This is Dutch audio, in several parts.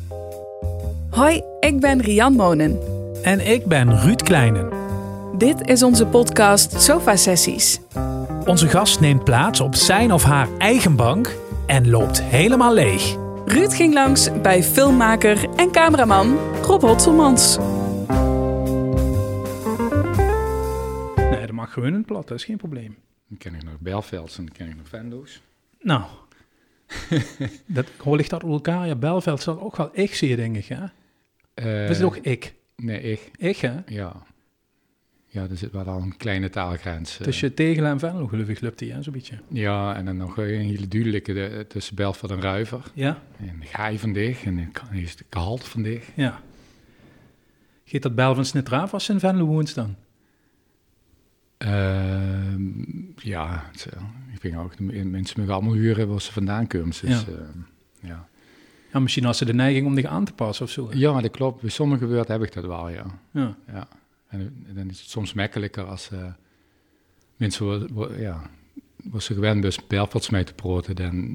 Hoi, ik ben Rian Monen. En ik ben Ruud Kleinen. Dit is onze podcast Sofa Sessies. Onze gast neemt plaats op zijn of haar eigen bank en loopt helemaal leeg. Ruud ging langs bij filmmaker en cameraman Rob Hotselmans. Nee, dat mag gewoon in het plat, dat is geen probleem. Dan ken ik nog Belvelds en dan ken ik nog Venlo's. Nou, hoe ligt dat op elkaar? Ja, Belveld zal ook wel ik zie, denk ik, hè? Is het ook ik? Nee, ik. Ik, hè? Ja. Ja, er zit wel al een kleine taalgrens. Tussen Tegelen en Venlo, gelukkig lukt die, hè, zo'n beetje. Ja, en dan nog een hele duidelijke tussen Belveld en Ruiver. Ja. En de Gaai van dich en de Gehalte van dich. Ja. Geet dat Belvens net raaf als ze in Venlo woont dan? Ja, ik vind ook, de mensen mogen allemaal huren waar ze vandaan komen. Dus, Ja. Ja. Ja, misschien als ze de neiging om zich aan te passen of zo. Hè? Ja, dat klopt. Bij sommige woorden heb ik dat wel, ja. Ja. Ja. En dan is het soms makkelijker als mensen waar ze gewend dus Belvelds mee te praten,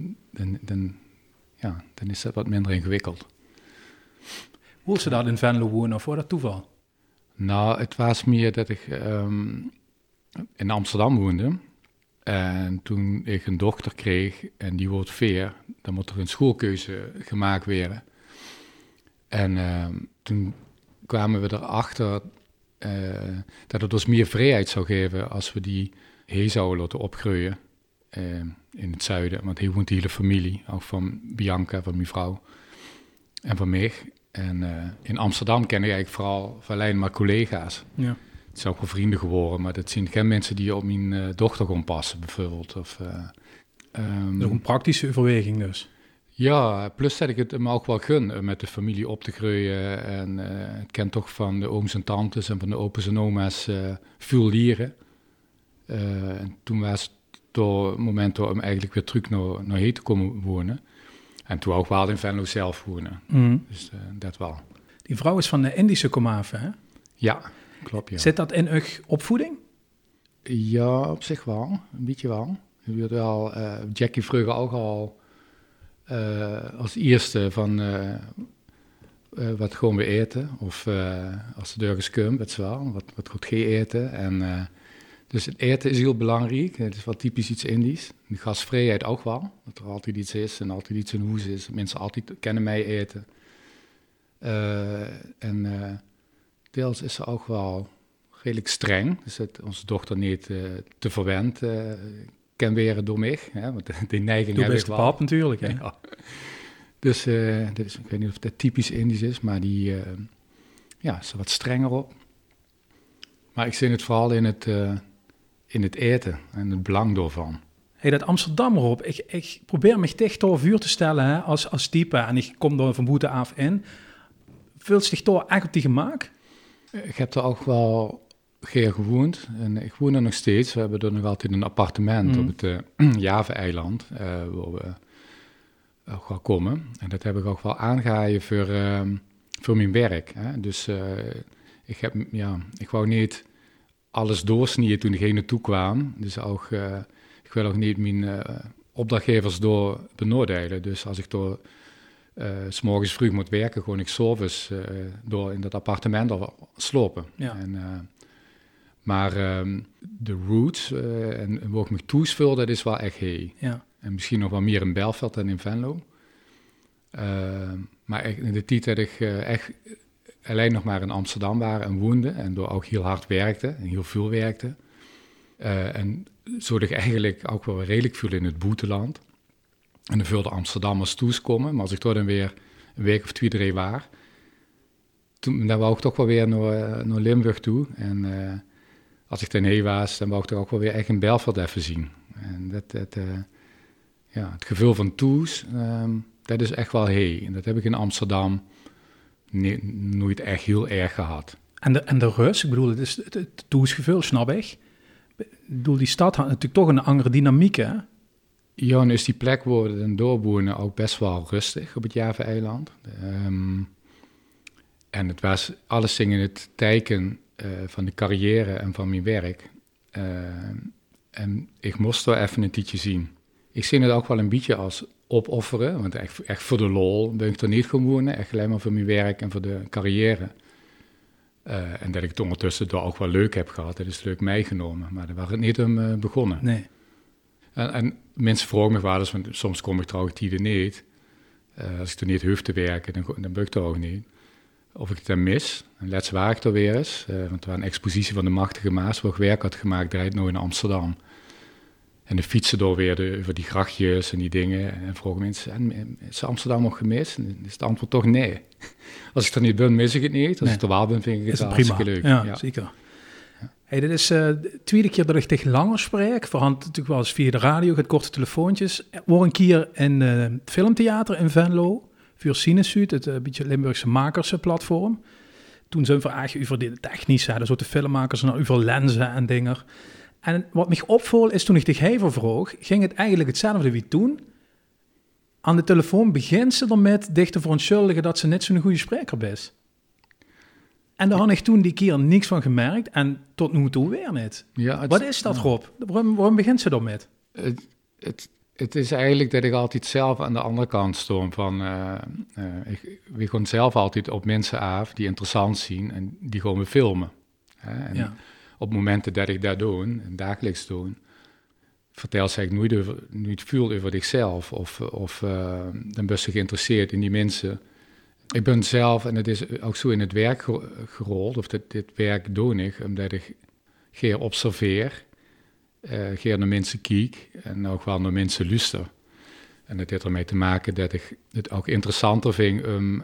dan is dat wat minder ingewikkeld. Hoe ze dat in Venlo wonen of voor dat toeval? Nou, het was meer dat ik in Amsterdam woonde. En toen ik een dochter kreeg en die wordt 4, dan moet er een schoolkeuze gemaakt worden. En toen kwamen we erachter dat het ons meer vrijheid zou geven als we die hij zouden laten opgroeien in het zuiden. Want hij woont de hele familie, ook van Bianca, van mijn vrouw en van mij. En in Amsterdam ken ik eigenlijk vooral alleen maar collega's. Ja. Het zijn ook wel vrienden geworden, maar dat zijn geen mensen die op mijn dochter gaan passen, bijvoorbeeld. Of, Dat is ook een praktische overweging dus. Ja, plus dat ik het me ook wel gun met de familie op te groeien. En ik ken toch van de ooms en tantes en van de opa's en oma's veel leren. En toen was het door het moment om eigenlijk weer terug naar hier te komen wonen. En toen ook wel in Venlo zelf wonen. Mm. Dus dat wel. Die vrouw is van de Indische komaf, hè? Ja, klopt, ja. Zit dat in uw opvoeding? Ja, op zich wel. Een beetje wel. Je wordt wel Jackie vroeger ook al als eerste van wat gewoon weer eten. Of als de deur is komt, weet je wel. Wat goed geen eten. En dus het eten is heel belangrijk. Het is wel typisch iets Indisch. De gastvrijheid ook wel. Dat er altijd iets is en altijd iets in huis is. Mensen altijd kennen mij eten. Deels is ze ook wel redelijk streng. Dus dat onze dochter niet te verwend kan weren door mij. Hè? Want die neiging heb ik wel. Doe best pap natuurlijk, hè? Ja. Dus dit is, ik weet niet of dat typisch Indisch is, maar die is er wat strenger op. Maar ik zie het vooral in het eten en het belang daarvan. Hey, dat Amsterdam erop. Ik probeer me dicht door vuur te stellen, hè, als type. En ik kom door van boete af in. Vult zich toch echt op die gemak? Ik heb er ook wel keer gewoond. En ik woon er nog steeds. We hebben er nog altijd een appartement op het Java-eiland, waar we ook gaan komen. En dat heb ik ook wel aangehaald voor mijn werk. Hè. Dus ik wou niet alles doorsnijden toen ik naartoe kwam. Dus ook, ik wil ook niet mijn opdrachtgevers door benoordelen. Dus als ik door 's morgens vroeg moet werken, gewoon ik 's ochtends door in dat appartement slopen. Ja. Maar de roots en waar ik me toesvul, dat is wel echt hey. Ja. En misschien nog wel meer in Belveld dan in Venlo. Maar in de tijd dat ik echt alleen nog maar in Amsterdam was en woonde en door ook heel hard werkte en heel veel werkte. En zo dat ik eigenlijk ook wel redelijk viel in het buitenland. En dan vulde Amsterdammers toekomen. Maar als ik toch dan weer een week of 2, 3 was, dan wou ik toch wel weer naar Limburg toe. En als ik daarheen was, dan wou ik toch ook wel weer echt in Belveld even zien. En het gevoel van toes, dat is echt wel hey. En dat heb ik in Amsterdam nooit echt heel erg gehad. En de rust, ik bedoel, het toesgevoel, snap ik. Ik bedoel, die stad had natuurlijk toch een andere dynamiek, hè? Ja, en is die plek waar we dan doorwonen ook best wel rustig op het Java-eiland. En het was alles in het teken van de carrière en van mijn werk. En ik moest wel even een tijdje zien. Ik zie het ook wel een beetje opofferen. Want echt voor de lol ben ik er niet gaan wonen. Echt alleen maar voor mijn werk en voor de carrière. En dat ik het ondertussen toch ook wel leuk heb gehad. Dat is leuk meegenomen. Maar daar was het niet om begonnen. Nee. En mensen vragen me wel eens, want soms kom ik trouwens tijden niet. Als ik er niet hoef te werken, dan ben ik er ook niet. Of ik het dan mis. En laatst waar ik er weer eens. Want er was een expositie van de Machtige Maas, waar ik werk had gemaakt, draait nou in Amsterdam. En de fietsen door weer over die grachtjes en die dingen. En vroegen mensen, is Amsterdam nog gemist? En is het antwoord toch nee. Als ik er niet ben, mis ik het niet. Als ik er wel ben, vind ik het hartstikke leuk. Ja, zeker. Ja. Hey, dit is de tweede keer dat ik tegen Langer spreek. Voorhand natuurlijk wel eens via de radio, het korte telefoontjes. Word een keer in het filmtheater in Venlo, voor Cinesuit, het beetje Limburgse makersplatform. Toen zijn we eigenlijk over de technische, dus ook de filmmakers, en over lenzen en dingen. En wat me opviel is, toen ik de gever vroeg, ging het eigenlijk hetzelfde wie toen. Aan de telefoon begint ze ermet dicht te verontschuldigen dat ze net zo'n goede spreker is. En daar had ik toen die keer niks van gemerkt en tot nu toe weer niet. Ja, wat is dat, Rob? Waarom begint ze daarmee? Het is eigenlijk dat ik altijd zelf aan de andere kant stond. Ik gewoon zelf altijd op mensen af die interessant zien en die gewoon me filmen. En op momenten dat ik dat doe, en dagelijks doe, vertel ze eigenlijk nooit veel over zichzelf of dan ben je geïnteresseerd in die mensen. Ik ben zelf, en het is ook zo in het werk gerold, of dit werk doe ik, omdat ik geer observeer, geer naar mensen kijk en ook wel naar mensen luister. En dat heeft ermee te maken dat ik het ook interessanter vind om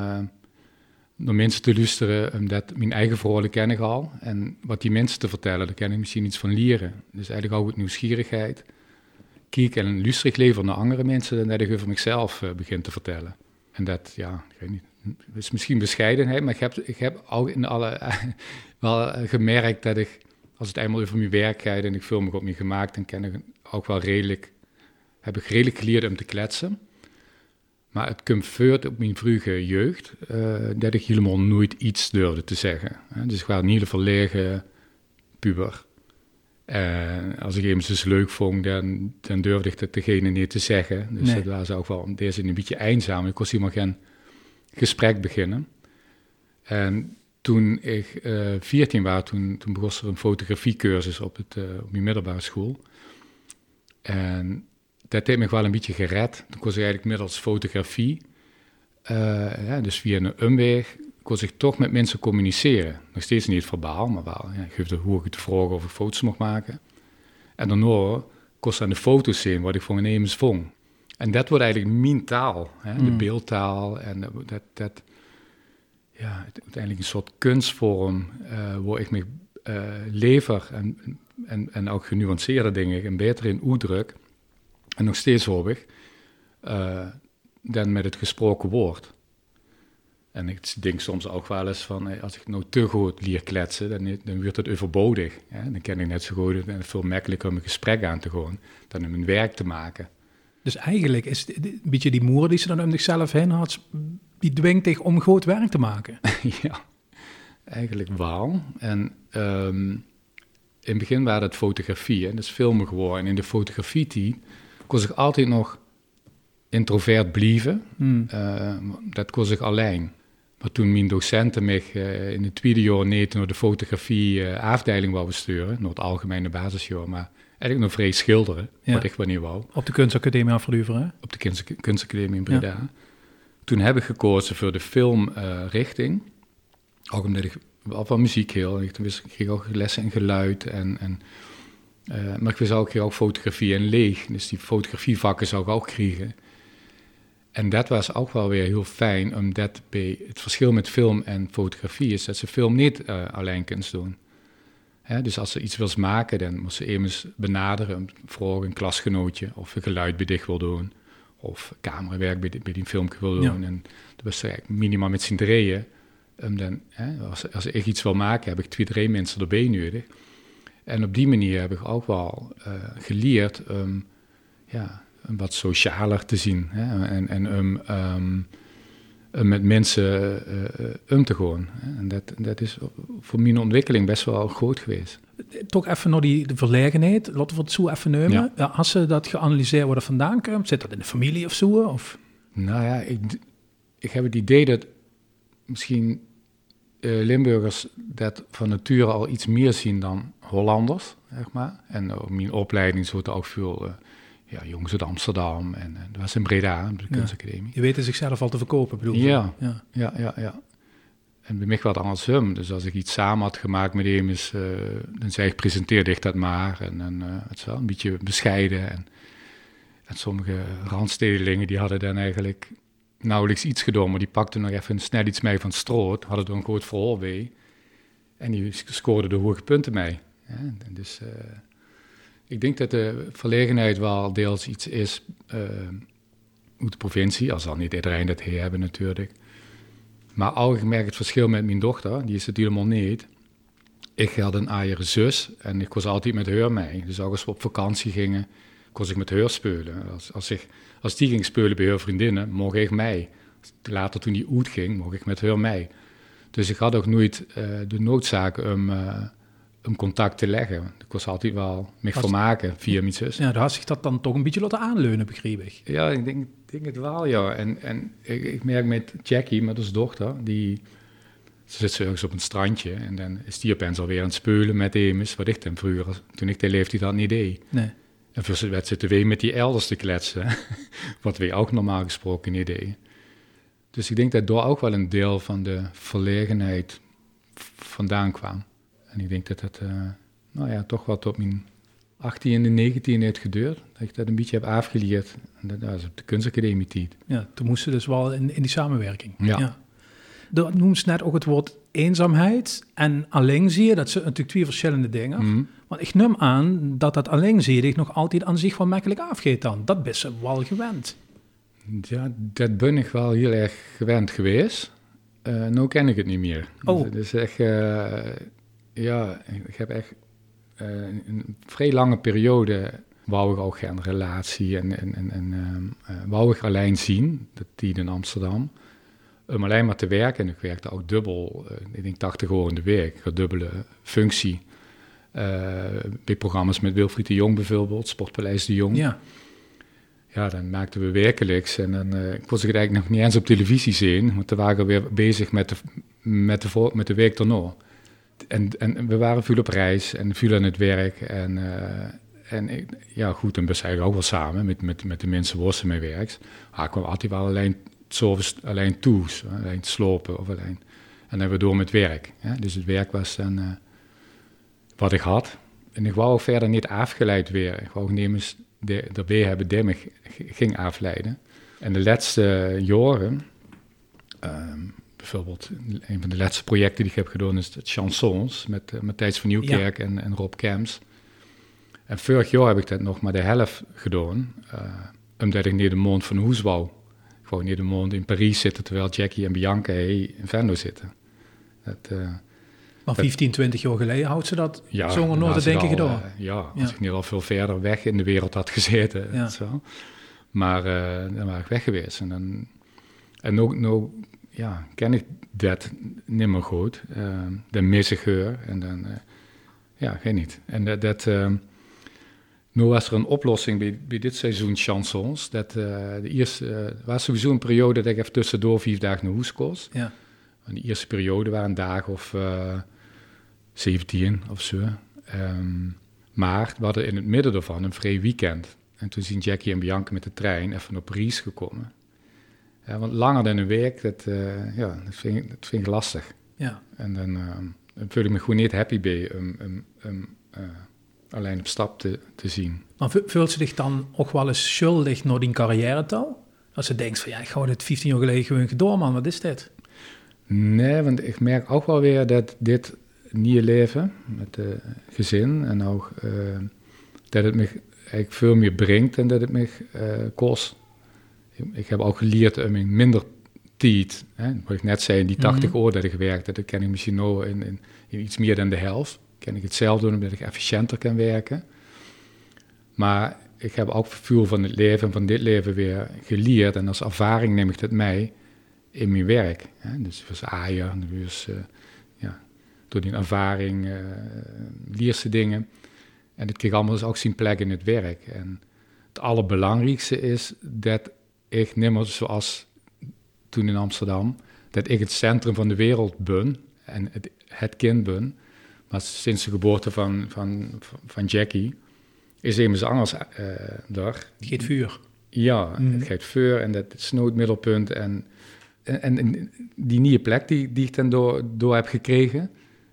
naar mensen te luisteren, omdat mijn eigen verhalen ken ik al. En wat die mensen te vertellen, daar kan ik misschien iets van leren. Dus eigenlijk ook het nieuwsgierigheid. Kijk en luister ik liever naar andere mensen dan dat ik over mezelf begin te vertellen. En dat, ja, ik weet niet, het is misschien bescheidenheid, maar ik heb ook in alle wel gemerkt dat ik, als het eenmaal over mijn werk gaat en ik film op me gemaakt, dan ken ik ook wel heb ik redelijk geleerd om te kletsen. Maar het komt voort op mijn vroege jeugd, dat ik helemaal nooit iets durfde te zeggen. Dus ik was een hele verlegen puber. Als ik iemand dus leuk vond, dan durfde ik dat degene niet te zeggen. Dus dat was ook wel deze een beetje eenzaam. Ik kon helemaal geen gesprek beginnen. En toen ik 14 was, toen begon er een fotografiecursus op mijn middelbare school. En dat heeft me wel een beetje gered. Toen kon ik eigenlijk middels fotografie, dus via een omweg, kon ik toch met mensen communiceren. Nog steeds niet verbaal, maar wel. Ja, ik geef hoe ik te vragen of ik foto's mocht maken. En daarna kon ik aan de foto's zien wat ik voor een emens vond. En dat wordt eigenlijk mijn taal, de beeldtaal. En dat uiteindelijk een soort kunstvorm waar ik me lever en ook genuanceerde dingen en beter in uitdruk. En nog steeds hoop ik, dan met het gesproken woord. En ik denk soms ook wel eens van, als ik nou te goed leer kletsen, dan wordt het overbodig. Hè? Dan kan ik net zo goed en veel makkelijker om een gesprek aan te gaan, dan om een werk te maken. Dus eigenlijk is een beetje die moer die ze dan om zichzelf heen had, die dwingt zich om goed werk te maken. Ja, eigenlijk wel. En in het begin waren het fotografie, dat is filmen geworden. En in de fotografie kon ik altijd nog introvert blijven. Dat kon ik alleen. Maar toen mijn docenten mij in het tweede jaar niet naar de fotografie afdeling wou sturen, naar het algemene basisjaar, maar eigenlijk nog vrij schilderen, wat ik wel niet wou. Op de kunstacademie afgeduven, hè? Op de kunstacademie in Breda. Ja. Toen heb ik gekozen voor de filmrichting. Ook omdat ik wel van muziek heel. Ik kreeg ook lessen in geluid. Maar ik wist ook fotografie en leeg. Dus die fotografievakken zou ik ook krijgen. En dat was ook wel weer heel fijn, omdat het verschil met film en fotografie is dat ze film niet alleen kunst doen. Dus als ze iets wil maken, dan moet ze immers benaderen, vragen een klasgenootje of een geluid bij dich wil doen. Of camerawerk bij die filmpje wil doen. Ja. En dat was eigenlijk minimaal met z'n drieën. Als ik iets wil maken, heb ik 2-3 mensen erbij nodig. En op die manier heb ik ook wel geleerd om wat socialer te zien. En met mensen te gaan. En dat is voor mijn ontwikkeling best wel groot geweest. Toch even naar de verlegenheid. Laten we het zo even nemen. Ja. Als ze dat geanalyseerd waar dat vandaan komt, zit dat in de familie of zo? Of? Nou ja, ik heb het idee dat misschien Limburgers dat van nature al iets meer zien dan Hollanders, zeg maar. En op mijn opleiding zo ook veel jongens uit Amsterdam en dat was in Breda, de kunstacademie. Je weten zichzelf al te verkopen, bedoel je? Ja. En bij mij wat andersom. Dus als ik iets samen had gemaakt met hem, dan zei ik, presenteerde ik dat maar. En het is wel een beetje bescheiden. En sommige randstedelingen, die hadden dan eigenlijk nauwelijks iets gedaan, maar die pakten nog even snel iets mee van het stroot, hadden er een groot verhaal bij. En die scoorden de hoge punten mee. Ja, dus ik denk dat de verlegenheid wel deels iets is uit de provincie, als al niet iedereen dat hier hebben natuurlijk. Maar ook, ik merk het verschil met mijn dochter, die is het helemaal niet. Ik had een oudere zus en ik was altijd met haar mee. Dus ook als we op vakantie gingen, kon ik met haar spelen. Als die ging spelen bij haar vriendinnen, mocht ik mee. Later toen die uit ging, mocht ik met haar mee. Dus ik had ook nooit de noodzaak om contact te leggen. Ik was altijd wel mee vermaken via mijn zus. Ja, daar had zich dat dan toch een beetje laten aanleunen, begreep ik. Ja, ik denk het wel, ja. En ik merk met Jackie, met ons dochter, ze zit ergens op een strandje en dan is die opeens alweer aan het spelen met Emus, wat ik dan vroeger, toen ik de leeftijd dat niet deed. Nee. En voor zitten we met die elders te kletsen, wat we ook normaal gesproken niet deden. Dus ik denk dat daar ook wel een deel van de verlegenheid vandaan kwam. En ik denk dat het toch wel tot mijn 18e, 19e heeft geduurd, dat ik dat een beetje heb afgeleerd. En dat was op de kunstacademie tijd. Ja, toen moesten dus wel in die samenwerking. Ja. Dat noemt ze net ook het woord eenzaamheid en alleenzie. Dat zijn natuurlijk twee verschillende dingen. Mm. Want ik neem aan dat alleenzie nog altijd aan zich wel makkelijk afgeeft dan. Dat ben ze wel gewend. Ja, dat ben ik wel heel erg gewend geweest. Nu ken ik het niet meer. Oh. Dus echt, ik heb echt een vrij lange periode wou ik ook geen relatie en wou ik alleen zien, dat die in Amsterdam, om alleen maar te werken. En ik werkte ook dubbel, ik denk 80 uur in de week, een dubbele functie. Bij programma's met Wilfried de Jong bijvoorbeeld, Sportpaleis de Jong. Ja. Ja, dan maakten we wekelijks en dan ik kon ze het eigenlijk nog niet eens op televisie zien, want we waren weer bezig met de week daarna. En we waren veel op reis en veel aan het werk en goed, en we zijn ook wel samen met de mensen waar ze mee werkt. Ik kwam altijd wel alleen toe, alleen te slopen of alleen. En dan weer door met werk. Ja? Dus het werk was dan wat ik had. En ik wou ook verder niet afgeleid weer. Ik wou nemens daarbij hebben die me ging afleiden. En de laatste jaren, bijvoorbeeld een van de laatste projecten die ik heb gedaan is het Chansons met Matthijs van Nieuwkerk en Rob Kemps. En vorig jaar heb ik dat nog maar de helft gedaan, omdat ik niet de maand van huis wou. Ik wou niet de maand in Parijs zitten terwijl Jackie en Bianca in Venlo zitten. Maar 15, 20 jaar geleden houdt ze dat zonder nooit te denken gedaan. Als ik niet al veel verder weg in de wereld had gezeten. Ja. Zo. Maar dan was ik weg geweest. En nu ken ik dat niet meer goed. Dan mis ik haar. En dan, geen niet. En nu was er een oplossing bij dit seizoen chansons. Dat de eerste was sowieso een periode dat ik even tussendoor 4 dagen naar huis koos. Ja. En de eerste periode waren een dag of 17 of zo. Maar we hadden in het midden daarvan een vrij weekend. En toen zijn Jackie en Bianca met de trein even naar Parijs gekomen. Want langer dan een week, dat vind ik lastig. Ja. En dan voel ik me gewoon niet happy bij om alleen op stap te zien. Maar voelt ze zich dan ook wel eens schuldig naar die carrière toe? Als ze denkt van ik ga dit 15 jaar geleden gewoon gedaan, man, wat is dit? Nee, want ik merk ook wel weer dat dit nieuwe leven met de gezin en ook dat het me eigenlijk veel meer brengt dan dat het me kost. Ik heb ook geleerd om in minder tijd, wat ik net zei, in die 80 uur dat ik werkte, dat ken ik misschien nu in iets meer dan de helft. Kan ik het zelf doen, omdat ik efficiënter kan werken. Maar ik heb ook veel van het leven en van dit leven weer geleerd. En als ervaring neem ik dat mee in mijn werk. Hè? Dus het was aaien, dus door die ervaring leer ze dingen. En het kreeg allemaal dus ook zijn plek in het werk. En het allerbelangrijkste is dat ik niet meer zoals toen in Amsterdam, dat ik het centrum van de wereld ben en het kind ben. Maar sinds de geboorte van Jackie is immers anders daar. Het geeft vuur. Ja, het geeft vuur en dat is nooit middelpunt. En die nieuwe plek die ik dan door heb gekregen,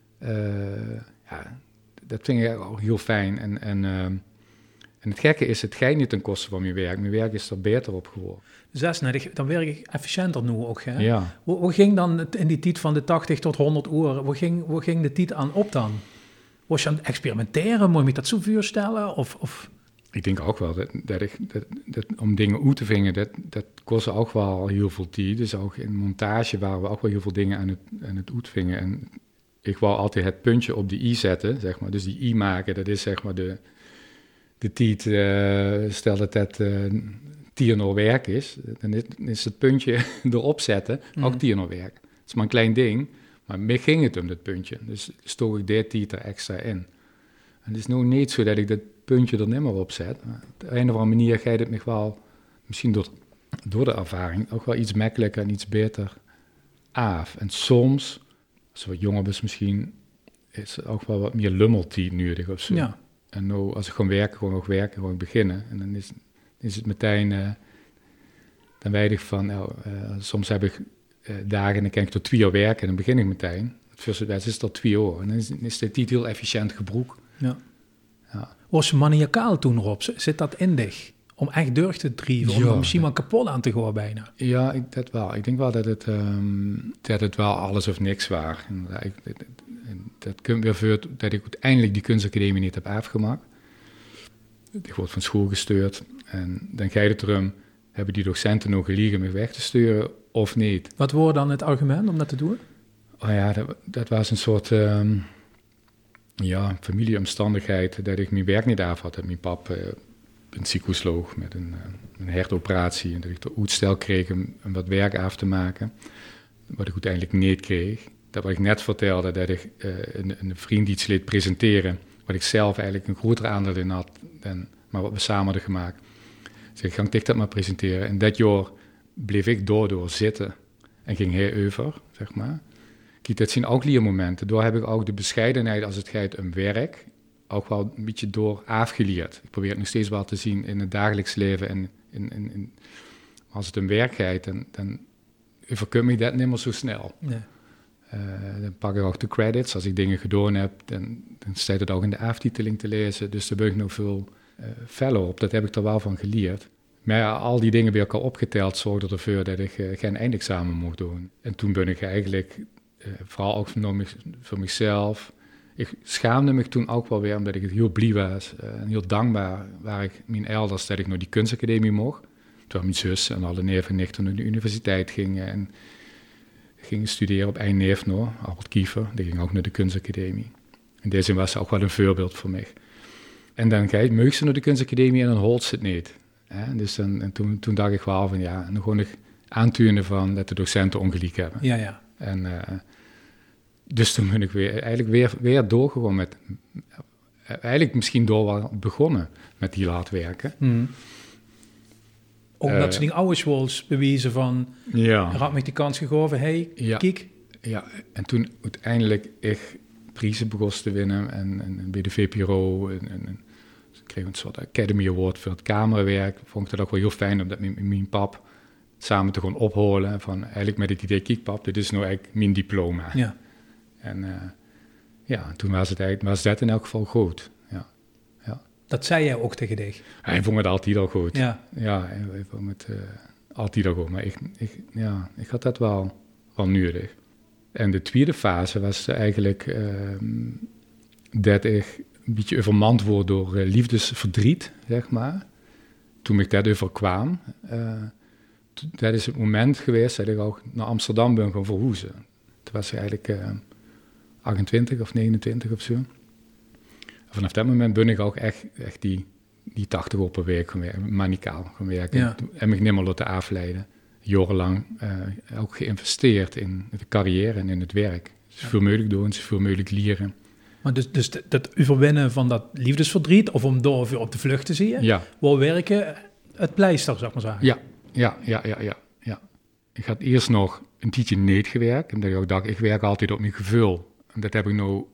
dat vind ik ook heel fijn. En het gekke is, het gaat niet ten koste van mijn werk. Mijn werk is er beter op geworden. Dus dan werk ik efficiënter nu ook. Hè? Ja. Hoe ging dan in die tijd van de 80 tot 100 uur, hoe ging de tijd aan op dan? Was je aan het experimenteren? Moet je me dat zo voorstellen? Of? Ik denk ook wel dat om dingen uit te vingen, dat kostte ook wel heel veel tijd. Dus ook in montage waren we ook wel heel veel dingen aan het uitvingen. En ik wou altijd het puntje op de i zetten, zeg maar. Dus die i maken, dat is zeg maar de tijd, stel dat 10 uur werk is, dan is het puntje erop zetten ook 10 uur werk. Het is maar een klein ding, maar meer ging het om dat puntje. Dus stook ik dit tijd er extra in. En het is nu niet zo dat ik dat puntje er niet meer op zet. Maar op de een of andere manier gaat het me wel, misschien door de ervaring, ook wel iets makkelijker en iets beter af. En soms, als je wat jonger bent misschien, is er ook wel wat meer lummeltijd nodig of zo. Ja. En nou, als ik gewoon werken, gewoon beginnen. En dan is het meteen, dan weet ik van, soms heb ik dagen en dan kan ik tot 2 uur werken en dan begin ik meteen. Het eerste wedstrijd is tot 2 uur en dan is de tijd heel efficiënt gebruikt. Ja. Was je maniacaal toen erop? Zit dat in dich? Om echt door te drijven, om misschien wel kapot aan te gaan bijna? Ja, dat wel. Ik denk wel dat het wel alles of niks was. Dat komt weer voor dat ik uiteindelijk die kunstacademie niet heb afgemaakt. Ik word van school gestuurd en dan ga je het erom, hebben die docenten nog geliegen me weg te sturen of niet? Wat wordt dan het argument om dat te doen? Oh ja, dat was een soort familieomstandigheid dat ik mijn werk niet af had. Dat mijn pap een ziekenhuis lag met een hertoperatie en dat ik de uitstel kreeg om wat werk af te maken. Wat ik uiteindelijk niet kreeg. Dat wat ik net vertelde, dat ik een vriend iets liet presenteren, wat ik zelf eigenlijk een groter aandeel in had dan maar wat we samen hadden gemaakt. Dus ik ging dat maar presenteren. En dat jaar bleef ik door zitten en ging hij over, zeg maar. Kijk, dat zijn ook leermomenten. Door heb ik ook de bescheidenheid als het gaat om werk ook wel een beetje door afgeleerd. Ik probeer het nog steeds wel te zien in het dagelijks leven en als het om werk gaat, dan overkom ik dat niet meer zo snel. Nee. Dan pak ik ook de credits. Als ik dingen gedaan heb, dan staat het ook in de aftiteling te lezen. Dus daar ben ik nog veel feller op. Dat heb ik er wel van geleerd. Maar ja, al die dingen bij elkaar opgeteld zorgde ervoor dat ik geen eindexamen mocht doen. En toen ben ik eigenlijk, vooral ook voor mezelf, ik schaamde me toen ook wel weer, omdat ik het heel blij was en heel dankbaar waar ik mijn elders dat ik naar die kunstacademie mocht. Terwijl mijn zus en alle neven en nichten naar de universiteit gingen en gingen studeren op Eindhoven nog, Albert Kiefer, die ging ook naar de kunstacademie. In deze zin was ze ook wel een voorbeeld voor mij. En dan ga je meug ze naar de kunstacademie en dan hoort ze het niet. Dus toen dacht ik wel van ja, en dan gewoon aantunen van dat de docenten ongelijk hebben. Ja. En dus toen ben ik weer doorgegaan met, eigenlijk misschien door wel begonnen met heel hard werken. Ook dat ze die ouders wel bewijzen van, had me die kans gegeven, kijk. Ja, en toen uiteindelijk ik prijzen begon te winnen en bij de VPRO en ik kreeg een soort Academy Award voor het camerawerk. Vond ik dat ook wel heel fijn om dat met mijn pap samen te gaan opholen. Van eigenlijk met het idee, kijk pap, dit is nou eigenlijk mijn diploma. Ja. En toen was dat in elk geval goed. Ja. Dat zei jij ook tegen dich? Hij vond het altijd al goed. Ja, hij vond het altijd al goed. Maar ik had dat wel nodig. En de tweede fase was eigenlijk dat ik een beetje overmand word door liefdesverdriet, zeg maar. Toen ik dat overkwam, dat is het moment geweest dat ik ook naar Amsterdam ben gaan verhuizen. Toen was ik eigenlijk 28 of 29 of zo. En vanaf dat moment ben ik ook echt die 80 uur per week manicaal gaan werken. Ja. En me niet meer laten afleiden. jarenlang ook geïnvesteerd in de carrière en in het werk. Zoveel mogelijk doen, zoveel mogelijk leren. Maar dus dat overwinnen van dat liefdesverdriet, of om door weer op de vlucht te zien, wil werken het pleister, zeg maar zeggen. Ja. Ik had eerst nog een tijdje niet gewerkt, omdat ik ook dacht, ik werk altijd op mijn gevoel. En dat heb ik nou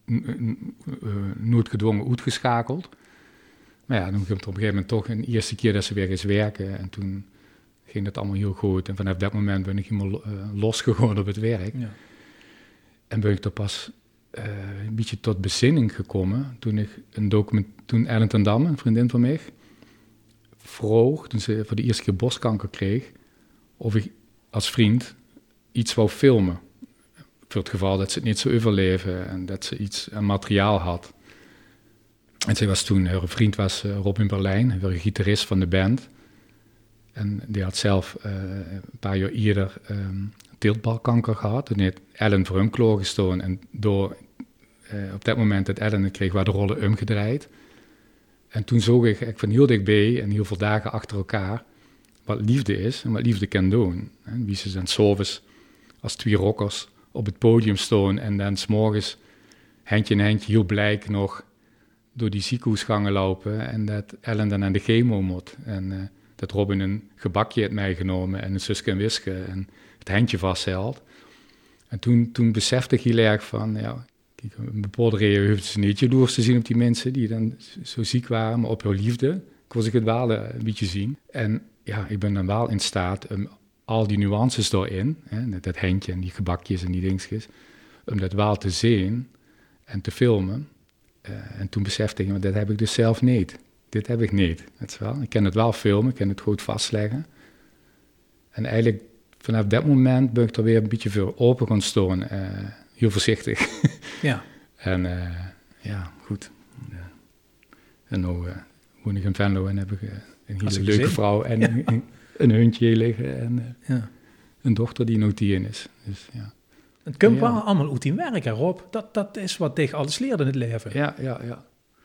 nooit gedwongen uitgeschakeld. Maar ja, dan komt er op een gegeven moment toch een eerste keer dat ze weer eens werken. En toen ging dat allemaal heel goed. En vanaf dat moment ben ik helemaal losgegooid op het werk. Ja. En ben ik er pas een beetje tot bezinning gekomen toen Ellen ten Damme, een vriendin van mij, vroeg, toen ze voor de eerste keer borstkanker kreeg, of ik als vriend iets wou filmen. Voor het geval dat ze het niet zou overleven en dat ze een materiaal had. En zij was toen, haar vriend was Robin Berlijn, een gitarist van de band. En die had zelf een paar jaar eerder teelbalkanker gehad. Toen heeft Ellen voor hem klaargestoken en op dat moment dat Ellen het kreeg, waren de rollen omgedraaid. En toen zag ik van heel dichtbij en heel veel dagen achter elkaar wat liefde is en wat liefde kan doen. En wie ze dan 's avonds als twee rockers op het podium staan en dan 's morgens handje in handje heel blijk nog door die ziekenhuisgangen lopen en dat Ellen dan aan de chemo moet. En dat Robin een gebakje heeft meegenomen en een Suske en Wiske en het handje vastheld. En toen besefte ik heel erg van, ja, kijk, een bepaalde reden hoefde ze niet jaloers te zien op die mensen die dan zo ziek waren, maar op jouw liefde kon ik het wel een beetje zien. En ja, ik ben dan wel in staat om al die nuances daarin, dat handje en die gebakjes en die dingetjes, om dat wel te zien en te filmen. En toen besefte ik, maar dat heb ik dus zelf niet. Dit heb ik niet. Dat is wel. Ik kan het wel filmen, ik kan het goed vastleggen. En eigenlijk vanaf dat moment ben ik er weer een beetje veel open gaan staan. Heel voorzichtig. Ja. En ja, goed. En nu woon ik in Venlo en heb ik een hele leuke vrouw en een hondje liggen. En een dochter die nog 10 is. Dus ja. Het komt wel allemaal uit in werken, Rob. Dat is wat tegen alles leert in het leven. Ja.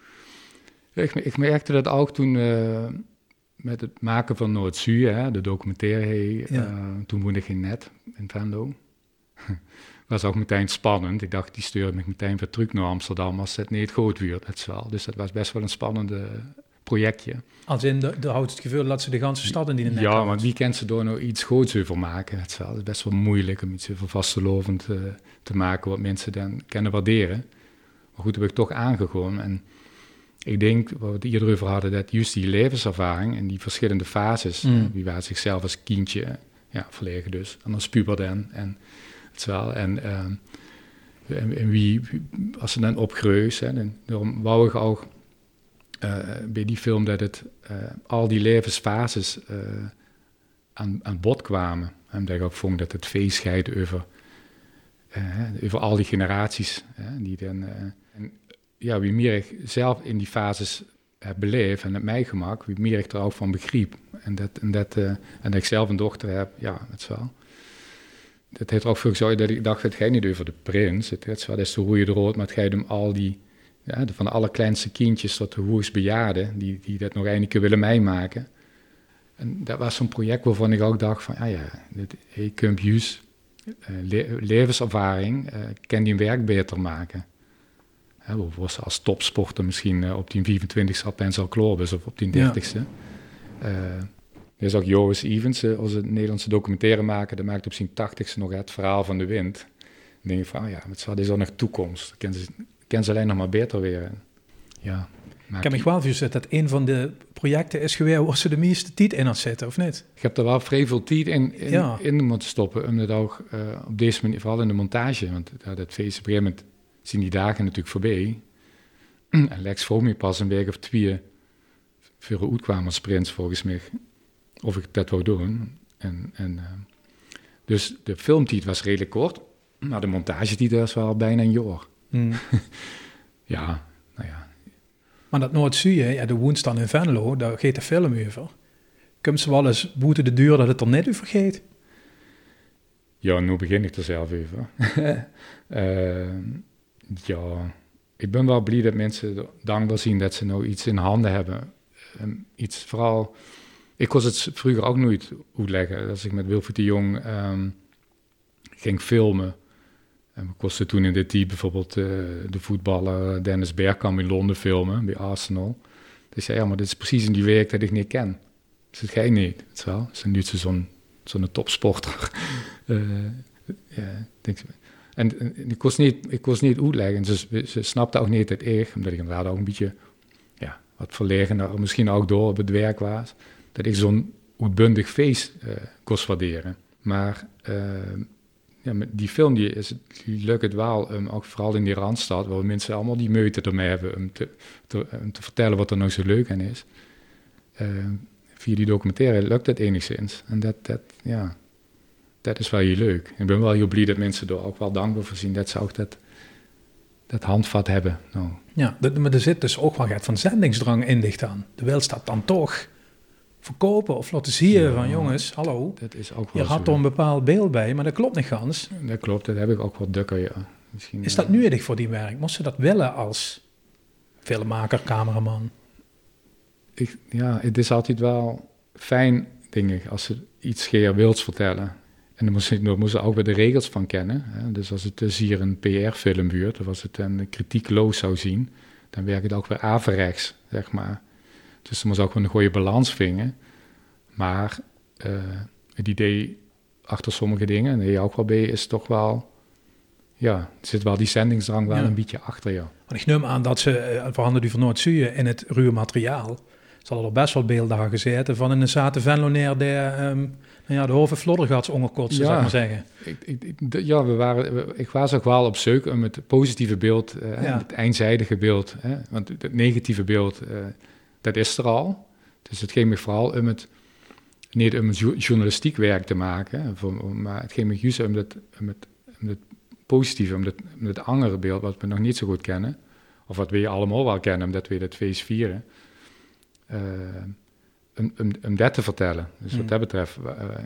Ik merkte dat ook toen met het maken van Noord-Zuur, de documentaire, toen woonde ik in Net, in Venlo. Was ook meteen spannend. Ik dacht, die stuurde me meteen weer terug naar Amsterdam als het niet goed werd. Dus dat was best wel een spannende projectje. Als in, de houdt het gevoel dat ze de ganse stad in die nek Ja, want wie kent ze door nou iets goots over maken? Het is best wel moeilijk om iets over vastelovend te maken wat mensen dan kunnen waarderen. Maar goed, dat heb ik toch aangegaan. En ik denk, waar we het eerder over hadden, dat juist die levenservaring en die verschillende fases, wie waar zichzelf als kindje verlegen dus, en als puber dan, en het is wel, en wie, als ze dan opgroeit, en daarom wou ik ook bij die film dat het al die levensfases aan bod kwamen. En dat ik ook vond dat het feest scheidt over al die generaties. Die dan, wie meer ik zelf in die fases heb beleefd en heb meegemaakt, wie meer ik er ook van begreep. En dat ik zelf een dochter heb, ja, dat is wel. Dat heeft er ook voor gezorgd dat ik dacht, het gaat niet over de prins. Het is de roeie de rood, maar het gaat om al die, van de allerkleinste kindjes tot de hoogst bejaarden, die dat nog eindelijk willen meemaken. En dat was zo'n project waarvan ik ook dacht van, je kunt juist levenservaring, kan die een werk beter maken. Waarvoor ze als topsporter misschien op die 25e op Pensel Klobus of op die 30e. Er is ook Joris Evans, onze Nederlandse documentairemaker, die maakt op zijn 80e nog het verhaal van de wind. Dan denk je van, het is al nog toekomst. Kan ze alleen nog maar beter weer. Ja, ik heb me wel voorgesteld dat een van de projecten is geweest waar ze de meeste tijd in had zitten, of niet? Ik heb er wel vrij veel tijd in moeten stoppen, om het ook op deze manier, vooral in de montage, want dat feest op een gegeven moment zijn die dagen natuurlijk voorbij. En Lex vroeg me pas een week of 2 voor een uitkwam als prins, volgens mij, of ik dat wou doen. Dus de filmtijd was redelijk kort, maar de montagetijd was wel bijna een jaar. Ja, nou ja. Maar dat Noord-Zuur, de woensdag in Venlo, daar gaat de film over. Komt ze wel eens buiten de deur dat het er net over gaat? Ja, nu begin ik er zelf over. Ik ben wel blij dat mensen dankbaar zien dat ze nou iets in handen hebben. Iets vooral Ik kon het vroeger ook nooit uitleggen. Als ik met Wilfried de Jong ging filmen. En we kosten toen in dit team bijvoorbeeld de voetballer Dennis Bergkamp in Londen filmen, bij Arsenal. Dus zei, ja, maar dit is precies in die week dat ik niet ken. Dus dat ga je niet, weet je wel. Dat is niet zo'n topsporter. En ik kon niet uitleggen. Ze snapte ook niet dat ik, omdat ik inderdaad ook een beetje wat verlegen, misschien ook door op het werk was, dat ik zo'n uitbundig feest kon waarderen. Maar met die film die lukt het wel, ook vooral in die Randstad, waar mensen allemaal die meute ermee hebben om te vertellen wat er nou zo leuk aan is. Via die documentaire lukt het enigszins. En dat is wel heel leuk. Ik ben wel heel blij dat mensen er ook wel dankbaar voor zien dat ze ook dat handvat hebben. Nou. Ja, maar er zit dus ook wel wat van zendingsdrang in dicht aan. De wil staat dan toch verkopen of laten zien van jongens, hallo, dat is ook wel je had er een bepaald beeld bij, maar dat klopt niet gans. Dat klopt, dat heb ik ook wel dukker, ja. Misschien, is dat nuttig voor die werk? Moest ze dat willen als filmmaker, cameraman? Het is altijd wel fijn, denk ik, als ze iets scheer wilds vertellen. En dan moesten ze ook weer de regels van kennen. Hè. Dus als het dus hier een PR-film wordt, of als het een kritiekloos zou zien, dan werkt het ook weer averechts, zeg maar. Dus er moest ook wel een goede balans vinden. Maar het idee achter sommige dingen, en die ook wel bij, is toch wel, er zit wel die zendingsdrang wel een beetje achter, ja. Want ik neem aan dat ze, voorhanden die van Noord-Zuid in het ruwe materiaal, zal er best wel beelden gezeten van een zate Venlonair de hoven floddergats onderkotsen, zou ik maar zeggen. Ik was ook wel op zoek om het positieve beeld, het eenzijdige beeld. Want het negatieve beeld, dat is er al. Dus het ging me vooral om niet om journalistiek werk te maken, maar het ging me juist om het positieve, om het andere beeld, wat we nog niet zo goed kennen, of wat we allemaal wel kennen, omdat we dat feest vieren. Om dat te vertellen. Dus wat dat betreft,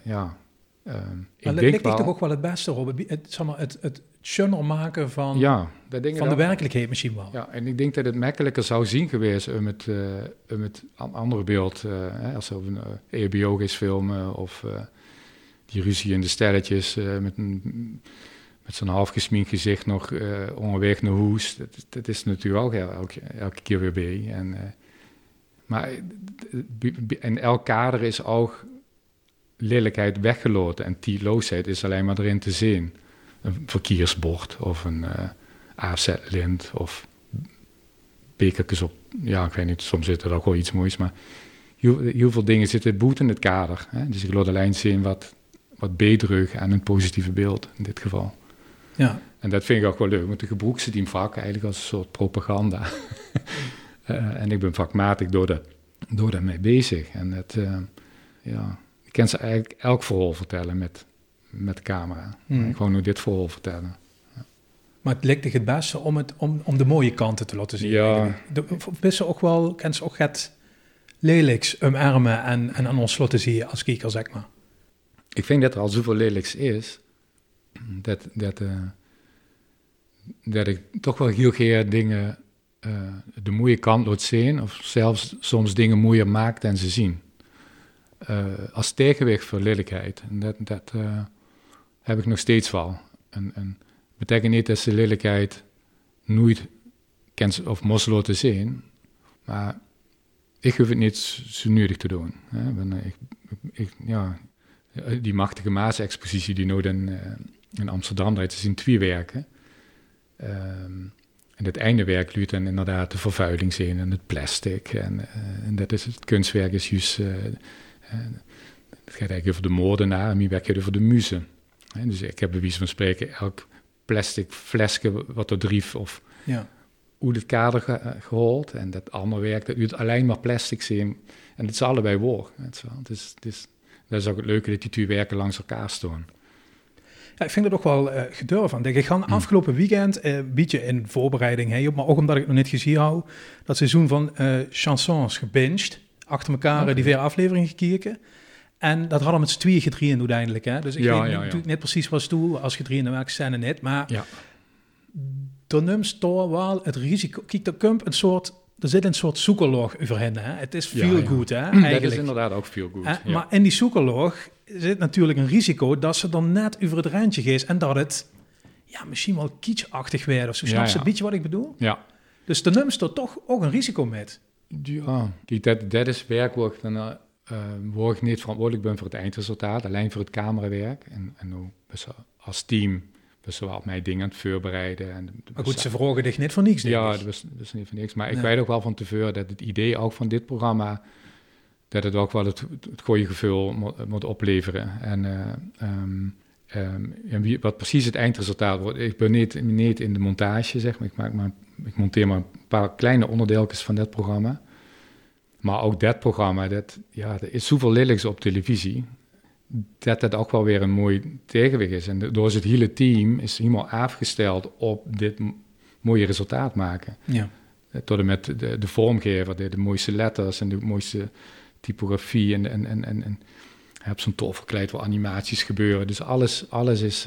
ik denk wel, toch ook wel het beste, Robert, het channel maken van de werkelijkheid misschien wel. Ja, en ik denk dat het makkelijker zou zien geweest om het andere beeld, als er een EHBO is filmen, of die ruzie in de stelletjes met zo'n halfgesminkt gezicht nog onderweg naar huis. Dat is natuurlijk ook elke keer weer bij. Maar in elk kader is ook lelijkheid weggeloten en tierloosheid is alleen maar erin te zien. Een verkeersbord of een AZ-lint of bekertjes op, ik weet niet, soms zit er ook wel iets moois, maar heel veel dingen zitten buiten het kader. Hè? Dus ik laat alleen zien wat bijdraagt aan een positieve beeld in dit geval. Ja. En dat vind ik ook wel leuk, want de gebruik ze die vaak eigenlijk als een soort propaganda. En ik ben vakmatig door daarmee bezig. En ik kan ze eigenlijk elk verhaal vertellen met de camera. Ik gewoon nu dit verhaal vertellen. Ja. Maar het lijkt het beste om de mooie kanten te laten zien. Ja. Kan ze ook het lelijks omarmen en aan ons laten zien als kijker, zeg maar. Ik vind dat er al zoveel lelijks is, dat ik toch wel heel graag dingen de mooie kant laat zien, of zelfs soms dingen mooier maakt dan ze zien. Als tegenwicht voor lelijkheid. En dat heb ik nog steeds wel. En betekent niet dat ze lelijkheid nooit kent of moest laten zien, maar ik hoef het niet zo nodig te doen. Die machtige Maas-expositie die nu in Amsterdam, daar is in 2 werken. En het einde werk luidt dan inderdaad de vervuiling zien en het plastic. En dat is het kunstwerk is juist, het gaat eigenlijk over de moordenaar en nu werk je over de muze. Dus ik heb bij wijze van spreken elk plastic flesje wat er drief of hoe het kader gehaald. En dat andere werk, dat luidt alleen maar plastic zien. En het is allebei waar. Dat is ook het leuke dat die 2 werken langs elkaar staan. Ja, ik vind het ook wel gedurfd aan. Ik ga afgelopen weekend een beetje in voorbereiding, maar ook omdat ik het nog niet gezien hou, dat seizoen van chansons gebinged, achter elkaar die 4 afleveringen gekeken. En dat hadden we met z'n 2 gedrieën uiteindelijk. Hè? Dus ik weet natuurlijk niet precies wat stoel als gedrieën in welke scène niet, maar dan neemt toch wel het risico. Kijk, er komt een soort er zit een soort zoekerlog overheen. Hè? Het is feel good, hè, eigenlijk. Dat is inderdaad ook feel good. Ja. Maar in die zoekerlog zit natuurlijk een risico dat ze dan net over het randje gaat en dat het misschien wel kitschachtig werd of zo. Snap je een beetje wat ik bedoel? Ja. Dus de neemt er toch ook een risico met. Ja, kijk, dat is werk waar ik dan waar ik niet verantwoordelijk ben voor het eindresultaat, alleen voor het camerawerk. En ook als team was wel mij dingen aan het voorbereiden. Maar goed, ze vroegen dich niet voor niks, denk ik. Ja, dat was niet voor niks. Maar ik weet ook wel van tevoren dat het idee ook van dit programma, dat het ook wel het goede gevoel moet opleveren. En wat precies het eindresultaat wordt, ik ben niet in de montage, zeg maar. Ik monteer maar een paar kleine onderdeeltjes van dat programma. Maar ook dat programma, er is zoveel lelijks op televisie, dat ook wel weer een mooi tegenwicht is. En door het hele team is helemaal afgesteld op dit mooie resultaat maken. Ja. Tot en met de vormgever, de mooiste letters en de mooiste typografie en op zo'n toverkleed waar animaties gebeuren. Dus alles is,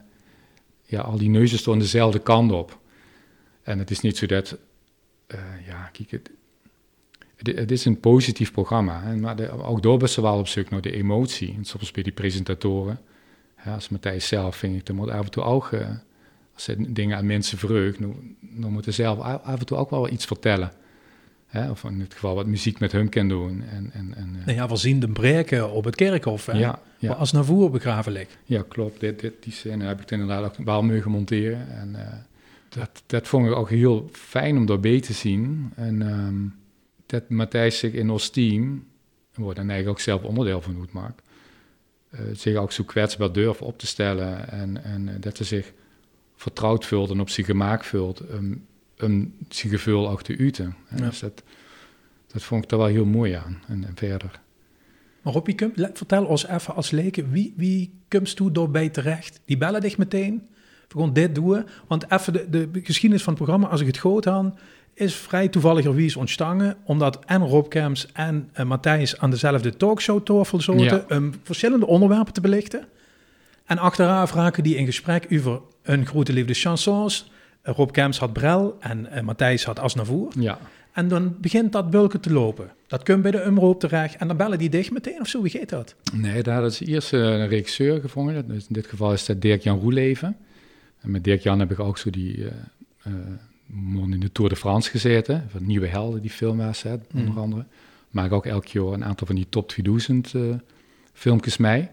al die neuzen staan dezelfde kant op. En het is niet zo dat, kijk, het is een positief programma. Hè, maar ook door best wel op zoek naar de emotie. En soms bij die presentatoren, als Matthijs zelf, vind ik, dan moet af en toe ook, als ze dingen aan mensen vreugd, dan moeten ze zelf af en toe ook wel iets vertellen. Hè, of in dit geval wat muziek met hun kan doen. We zien de breken op het kerkhof, hè? Ja. Waar Asnavoer begraven ligt. Ja, klopt. Die scène heb ik inderdaad ook wel mogen monteren. En dat vond ik ook heel fijn om daarbij te zien. En dat Matthijs zich in ons team, waar dan eigenlijk ook zelf onderdeel van uitmaakt, zich ook zo kwetsbaar durft op te stellen. En dat ze zich vertrouwd voelt en op zich gemak voelt om zijn gevoel ook te uiten. Ja. Dus dat vond ik er wel heel mooi aan. En verder. Maar Robbie, vertel ons even als leken, wie komt toe daarbij terecht? Die bellen dich meteen, gewoon dit doen. Want even de geschiedenis van het programma, als ik het goed had, is vrij toevalligerwijs ontstaan, omdat en Rob Kemps en Matthijs aan dezelfde talkshow-tafel zaten om verschillende onderwerpen te belichten. En achteraf raken die in gesprek over een grote liefde chansons. Rob Kemps had Brel en Matthijs had Asnavoer. Ja. En dan begint dat bulken te lopen. Dat komt bij de omroep terecht en dan bellen die dicht meteen of zo. Wie gaat dat? Nee, daar is eerst een regisseur gevonden. Dus in dit geval is dat Dirk-Jan Roeleven. En met Dirk-Jan heb ik ook zo die in de Tour de France gezeten. Van Nieuwe Helden, die film was, onder andere. Maak ook elk jaar een aantal van die top 2000 filmpjes mee.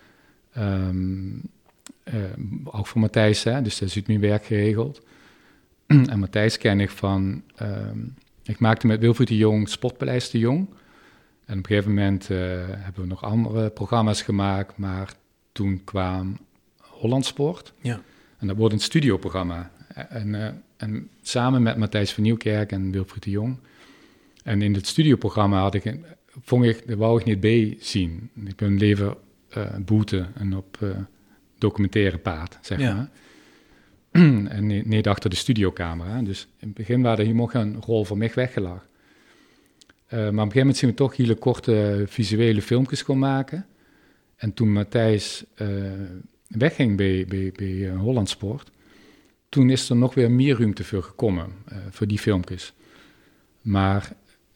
Ook voor Matthijs, dus dat is uit mijn werk geregeld. En Matthijs ken ik van... ik maakte met Wilfried de Jong Sportpaleis de Jong. En op een gegeven moment hebben we nog andere programma's gemaakt, maar toen kwam Holland Sport. Ja. En dat wordt een studioprogramma. En samen met Matthijs van Nieuwkerk en Wilfried de Jong. En in het studioprogramma wou ik niet bij zien. Ik ben liever boete en op documentaire paard, zeg maar. En niet achter de studiocamera. Dus in het begin waren er hier nog een rol voor mij weggelegd. Maar op een gegeven moment zijn we toch hele korte visuele filmpjes gaan maken. En toen Matthijs wegging bij Holland Sport, toen is er nog weer meer ruimte voor gekomen, voor die filmpjes. Maar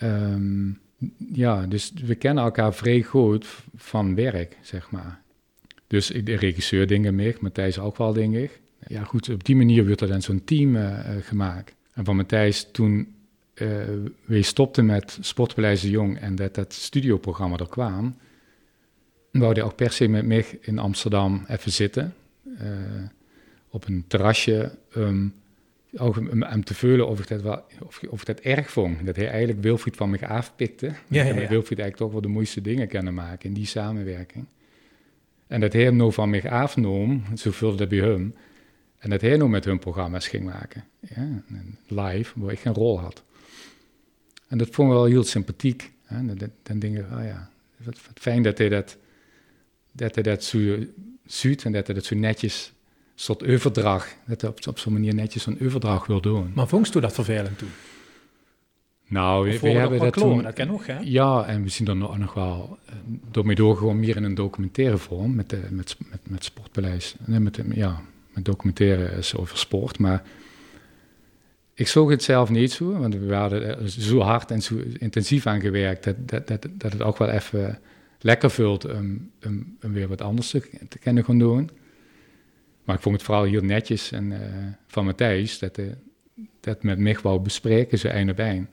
dus we kennen elkaar vrij goed van werk, zeg maar. Dus de regisseur dingen mee, Matthijs ook wel dingen. Ja goed, op die manier werd er dan zo'n team gemaakt. En van Matthijs toen we stopten met Sportpaleis de Jong en dat studioprogramma er kwam, wou hij ook per se met mij in Amsterdam even zitten. Op een terrasje, om te voelen of ik dat erg vond. Dat hij eigenlijk Wilfried van mij afpikte. Ja. En Wilfried eigenlijk toch wel de mooiste dingen kunnen maken in die samenwerking. En dat hij hem nou van mij afnam, zo voelde dat bij hem. En dat hij nou met hun programma's ging maken. Ja, live, waar ik geen rol had. En dat vond ik wel heel sympathiek. Hè? Dan denk ik, wat fijn dat hij dat zo ziet en dat hij dat zo netjes, soort overdrag, dat hij op zo'n manier netjes zo'n overdrag wil doen. Maar vondst u dat vervelend toen? Nou, we hebben dat toen... Dat kan nog, hè? Ja, en we zien er nog wel door gewoon meer in een documentaire vorm met Sportpaleis. Met documentaire over sport, maar Ik zag het zelf niet zo, want we hadden er zo hard en zo intensief aan gewerkt dat het ook wel even lekker vult om weer wat anders te kunnen gaan doen. Maar ik vond het vooral heel netjes van Matthijs dat met mij wou bespreken, zo eind op eind.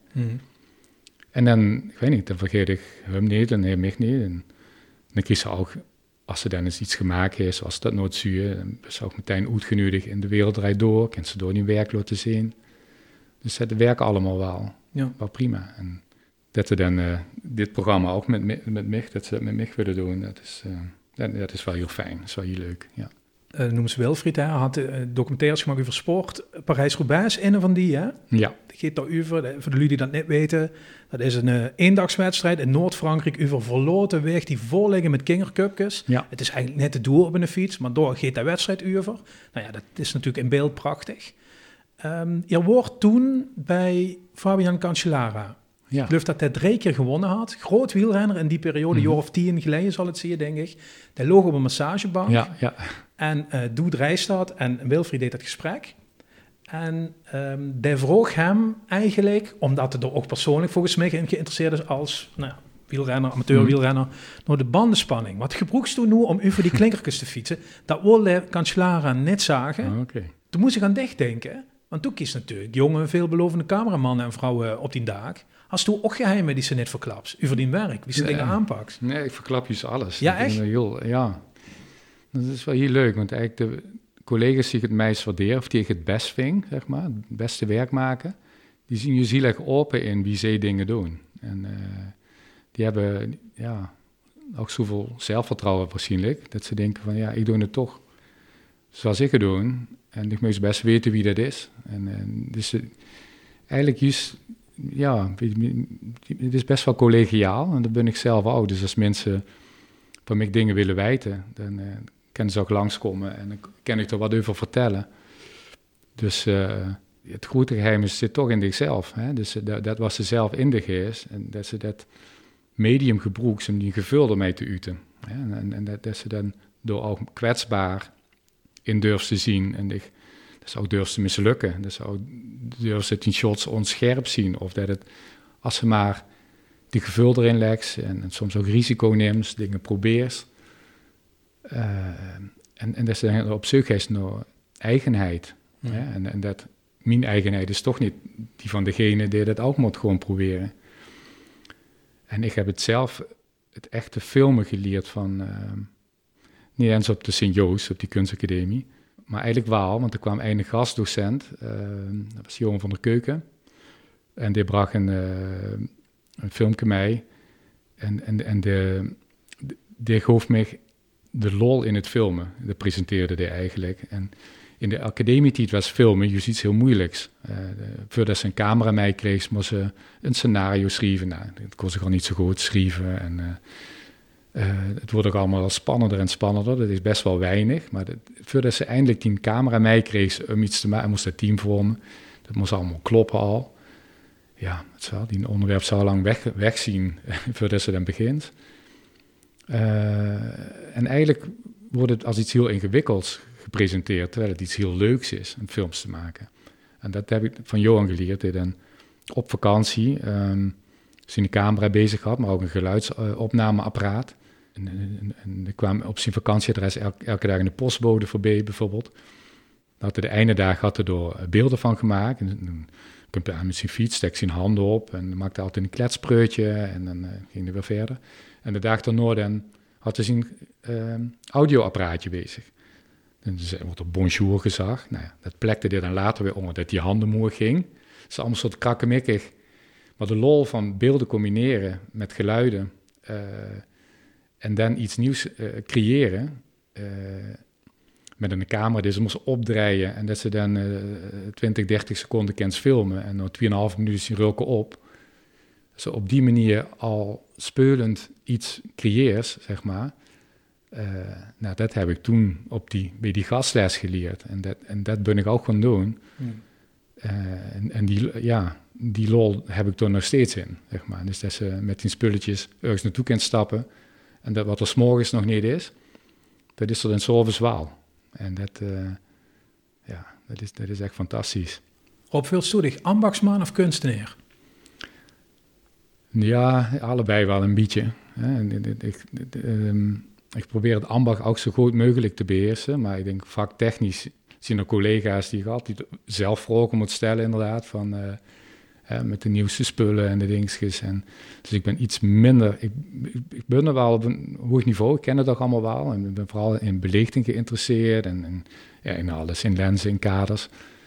En dan, ik weet niet, dan vergeet ik hem niet en hij mij niet. En dan kies ze ook, als er dan eens iets gemaakt is, zoals dat nooit zuur, dan is ze ook meteen uitgenodigd in De Wereld Draait Door, kan ze door die werk laten zien. Dus dat werkt allemaal wel prima. En dat ze dan dit programma ook met mij, dat ze dat met mij willen doen, dat is wel heel fijn, dat is wel heel leuk, ja. Noem ze Wilfried, hij had documentaires gemaakt over sport. Parijs-Roubaix is een van die, hè? Ja. Dat gaat daar over, voor de jullie die dat niet weten, dat is een eendagswedstrijd in Noord-Frankrijk over verloten weg die vol liggen met kindercupjes. Ja. Het is eigenlijk net te doen op een fiets, maar door gaat de wedstrijd over. Nou ja, dat is natuurlijk in beeld prachtig. Je wordt toen bij Fabian Cancellara. Ja. Ik geloof dat hij 3 keer gewonnen had. Groot wielrenner in die periode, jaar of 10 geleden zal het zien, denk ik. Hij lag op een massagebank. Ja. En Doed Rijstad en Wilfried deed dat gesprek. En die vroeg hem eigenlijk, omdat hij er ook persoonlijk volgens mij geïnteresseerd is als wielrenner, amateur wielrenner, naar de bandenspanning. Wat gebruikst toen nu om over die klinkertjes te fietsen? Dat wilde Cancellara net zagen. Okay. Toen moest ik aan dichtdenken. Want toen kies natuurlijk jonge, veelbelovende cameramannen en vrouwen op die dag. Als toen ook geheimen die ze net verklapt over die werk, wie ze dingen aanpakt. Nee, ik verklap je ze alles. Ja, echt? Dat is wel heel leuk, want eigenlijk de collega's die het meest waarderen, of die het best vind, zeg maar, het beste werk maken, die zien je heel erg open in wie zij dingen doen. En die hebben ook zoveel zelfvertrouwen waarschijnlijk, dat ze denken van ik doe het toch zoals ik het doe. En ik moet best weten wie dat is. En dus eigenlijk juist, het is best wel collegiaal en dat ben ik zelf ook. Dus als mensen van mij dingen willen weten, dan kunnen ze ook langskomen en dan kan ik er wat over vertellen. Dus het grote geheim zit toch in zichzelf. Hè? Dus dat was ze zelf in de geest en dat ze dat medium gebruikt om die gevoel ermee te uiten. Hè? En dat ze dan door ook kwetsbaar in durft te zien en dat ze ook durft te mislukken. Dat ze ook durft ze 10 shots onscherp zien of dat het, als ze maar die gevoel erin legt en soms ook risico neemt, dingen probeert. En dat ze dan op zoek is naar eigenheid. Ja. Hè? En dat mijn eigenheid is toch niet die van degene die dat ook moet gewoon proberen. En ik heb het zelf, het echte filmen geleerd van, niet eens op de Sint-Joost, op die kunstacademie, maar eigenlijk wel, want er kwam een gastdocent, dat was Johan van der Keuken, en die bracht een filmpje mee en die gaf mij de lol in het filmen. Dat presenteerde hij eigenlijk. En in de academietijd was filmen juist iets heel moeilijks. Voordat ze een camera mee kreeg, moest ze een scenario schrijven. Nou, dat kon ze gewoon niet zo goed schrijven. En het wordt ook allemaal al spannender en spannender. Dat is best wel weinig. Maar voordat ze eindelijk die camera mee kreeg om iets te maken, moest dat team vormen. Dat moest allemaal kloppen al. Ja, die onderwerp zou lang wegzien voordat ze dan begint. En eigenlijk wordt het als iets heel ingewikkelds gepresenteerd, terwijl het iets heel leuks is, om films te maken. En dat heb ik van Johan geleerd, die dan op vakantie zijn camera bezig had, maar ook een geluidsopnameapparaat. En er kwam op zijn vakantieadres elke dag een postbode voorbij, bijvoorbeeld. Daar de ene dag had er door beelden van gemaakt. En dan kwam hij met zijn fiets, stek zijn handen op en maakte altijd een kletspreutje en dan ging hij weer verder. En de dag daarna dan had hij zijn audioapparaatje bezig. En er wordt er bonjour gezegd. Nou ja, dat plekte hij dan later weer onder dat die handen moe ging. Het is allemaal soort krakkemikkig. Maar de lol van beelden combineren met geluiden en dan iets nieuws creëren met een camera die ze moesten opdraaien en dat ze dan 20, 30 seconden kan filmen en na 2,5 minuten zien rulken op. Zo op die manier al speulend iets creëert, zeg maar. Nou, dat heb ik toen bij die gastles geleerd. En dat ben ik ook gaan doen. En die lol heb ik er nog steeds in, zeg maar. Dus dat ze met die spulletjes ergens naartoe kan stappen. En dat wat er 's morgens nog niet is, dat is er dan 's avonds wel. En dat is echt fantastisch. Rob, veel stoedig, ambachtsman of kunstenaar? Ja, allebei wel een beetje. Ik probeer het ambacht ook zo goed mogelijk te beheersen, maar ik denk vaktechnisch zien er collega's die ik altijd zelf vragen moet stellen inderdaad, van met de nieuwste spullen en de dingetjes. Dus ik ben iets minder, ik ben er wel op een hoog niveau, ik ken het toch allemaal wel. En ik ben vooral in belichting geïnteresseerd en in alles, in lenzen, in kaders.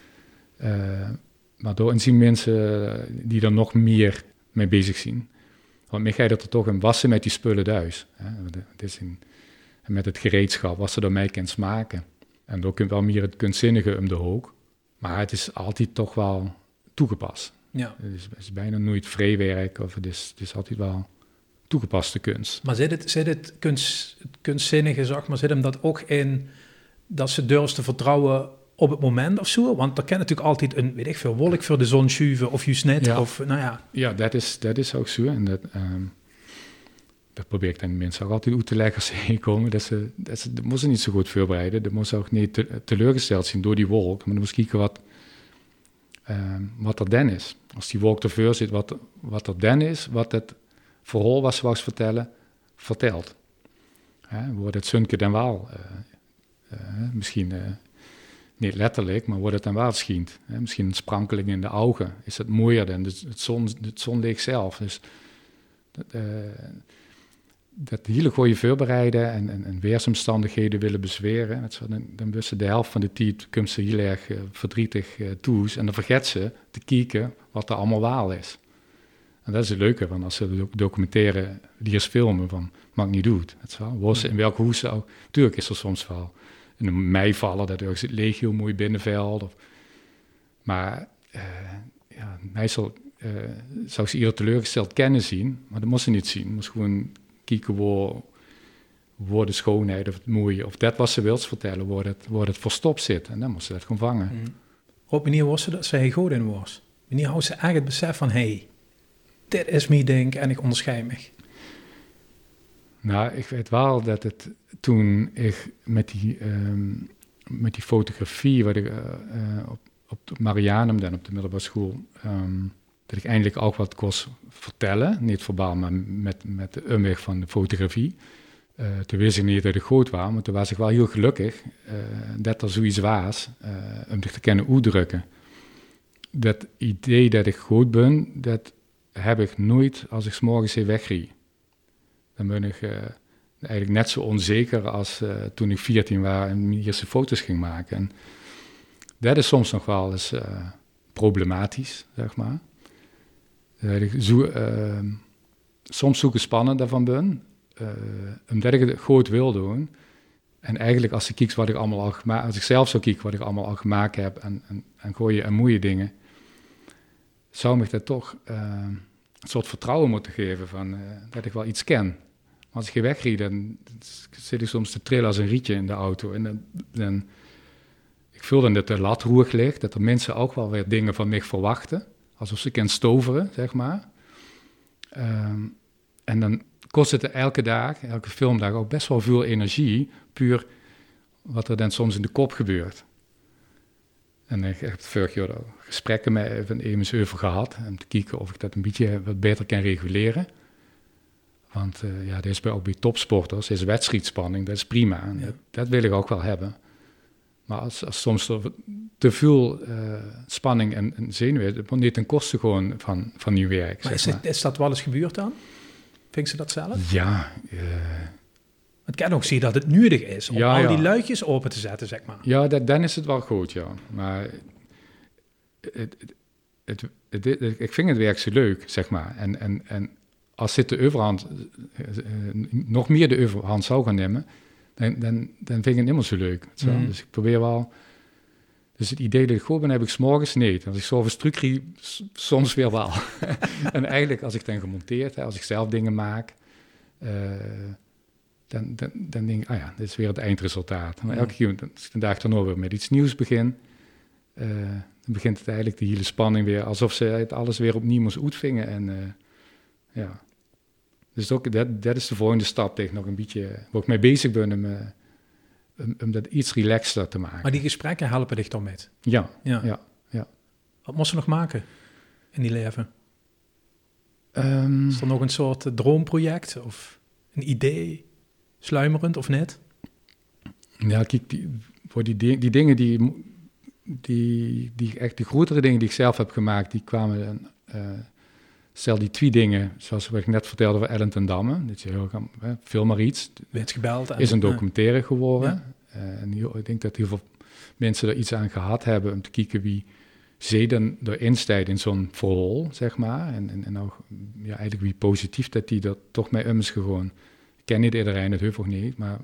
Maar door inzien mensen die er nog meer mee bezig zijn. Want mij ga je er toch in wassen met die spullen thuis. Het is met het gereedschap, wat ze door mij kan smaken. En dan kun je wel meer het kunstzinnige om de hoek. Maar het is altijd toch wel toegepast. Ja. Het is bijna nooit vrijwerk, of het is altijd wel toegepaste kunst. Maar zit het kunstzinnige, zeg maar, zit hem dat ook in dat ze durven te vertrouwen op het moment of zo? Want er kan natuurlijk altijd een, weet ik veel, wolk voor de zon schuiven of juist net, Ja. of nou ja. Ja, dat is ook zo. En dat probeer ik dan mensen ook altijd uit te leggen als ze heen komen. Dat moesten niet zo goed voorbereiden. Dat moesten ook niet teleurgesteld zijn door die wolk. Maar dan moest kijken wat er dan is. Als die wolk ervoor zit, wat er dan is, wat het verhaal was zoals vertellen, vertelt. Wordt het Sunke dan wel, misschien niet letterlijk, maar wordt het dan wel schijnt. Misschien een sprankeling in de ogen. Is het mooier dan het zonlicht zelf. Dus dat hele goede voorbereiden en weersomstandigheden willen bezweren. Dan wist de helft van de tijd komt ze heel erg verdrietig toe. En dan vergeet ze te kijken wat er allemaal waal is. En dat is het leuke, want als ze documenteren, die eerst filmen van, mag niet doet. In welke hoes ook. Tuurlijk is er soms wel een meivallen, dat ergens het legio mooi binnenveld. Maar meestal zou ze ieder teleurgesteld kennen zien, maar dat moest ze niet zien. Moest gewoon kijken waar de schoonheid of het mooie, of dat wat ze wil vertellen, waar het verstopt zit. En dan moest ze dat gewoon vangen. Op wanneer was ze dat zij goed in was? Wanneer houdt ze echt het besef van, hey, dit is mijn ding en ik onderscheid me? Nou, ik weet wel dat het toen ik met die fotografie, wat ik op Marianum, dan op de middelbare school, dat ik eindelijk ook wat kon vertellen, niet verbaal, maar met de omweg van de fotografie. Toen wist ik niet dat ik goed was, maar toen was ik wel heel gelukkig dat er zoiets was om zich te kunnen uitdrukken. Dat idee dat ik goed ben, dat heb ik nooit als ik 's morgens weer wegrie. Dan ben ik eigenlijk net zo onzeker als toen ik 14 was en mijn eerste foto's ging maken. En dat is soms nog wel eens problematisch, zeg maar. Soms zoeken spannend daarvan ben, omdat ik het goed wil doen. En eigenlijk als ik kijk wat ik allemaal al gemaakt, als ik zelf zo kijk wat ik allemaal al gemaakt heb en goeie en mooie dingen, zou me dat toch een soort vertrouwen moeten geven van dat ik wel iets ken. Maar als ik wegrijd, dan zit ik soms te trillen als een rietje in de auto. En dan ik voel dan dat de lat hoog ligt, dat er mensen ook wel weer dingen van mij verwachten. Alsof ze kunnen stoveren, zeg maar. En dan kost het elke filmdag ook best wel veel energie, puur wat er dan soms in de kop gebeurt. En ik heb vorig jaar gesprekken met een Emus over gehad, om te kijken of ik dat een beetje wat beter kan reguleren. Want dat is ook bij topsporters, is wedstrijdspanning, dat is prima. En dat wil ik ook wel hebben. Maar als soms te veel spanning en zenuwen, dat moet niet ten koste gewoon van je werk. Maar is dat wel eens gebeurd dan? Vindt ze dat zelf? Ja. Het kan ook zien dat het nodig is om al die luikjes open te zetten, zeg maar. Ja, dan is het wel goed, ja. Maar ik vind het werk zo leuk, zeg maar. En als dit de overhand, nog meer de overhand zou gaan nemen, dan vind ik het niet meer zo leuk. Dus ik probeer wel. Dus het idee dat ik goed ben, heb ik 's morgens niet. Als ik zoveel truc krijg, soms weer wel. En eigenlijk als ik dan gemonteerd heb, als ik zelf dingen maak, dan denk ik, dit is weer het eindresultaat. Maar elke keer, als ik de dag daarna weer met iets nieuws begin, dan begint het eigenlijk de hele spanning weer, alsof ze het alles weer opnieuw moest uitvingen. En dus ook, dat is de volgende stap tegen nog een beetje, waar ik mee bezig ben om dat iets relaxter te maken. Maar die gesprekken helpen dich dan met? Ja. Wat moest ze nog maken in die leven? Ehm, Is er nog een soort droomproject of een idee, sluimerend of net? Ja, kijk, die dingen die echt de grotere dingen die ik zelf heb gemaakt, die kwamen, stel die 2 dingen, zoals wat ik net vertelde over Ellen ten Damme, dat je film maar iets, Werd gebeld. En, is een documentaire geworden. En ik denk dat heel veel mensen er iets aan gehad hebben om te kijken wie zij dan erin stijgt in zo'n verhaal, zeg maar. En ook eigenlijk wie positief dat die er toch mee is gewoon. Ik ken niet iedereen, dat hoeft ook niet, maar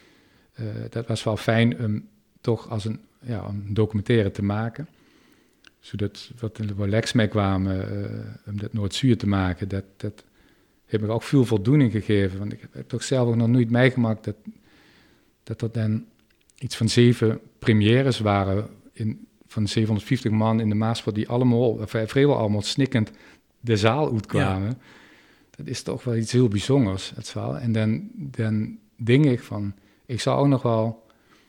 dat was wel fijn om toch als een documentaire te maken. Zodat waar Lex mee kwamen, om dat Noord-Zuur te maken, dat heeft me ook veel voldoening gegeven. Want ik heb toch zelf ook nog nooit meegemaakt dat er dan iets van 7 premières waren van 750 man in de Maaspoort die vrijwel allemaal snikkend de zaal uitkwamen. Ja. Dat is toch wel iets heel bijzonders. En dan denk ik van, ik zou ook nog wel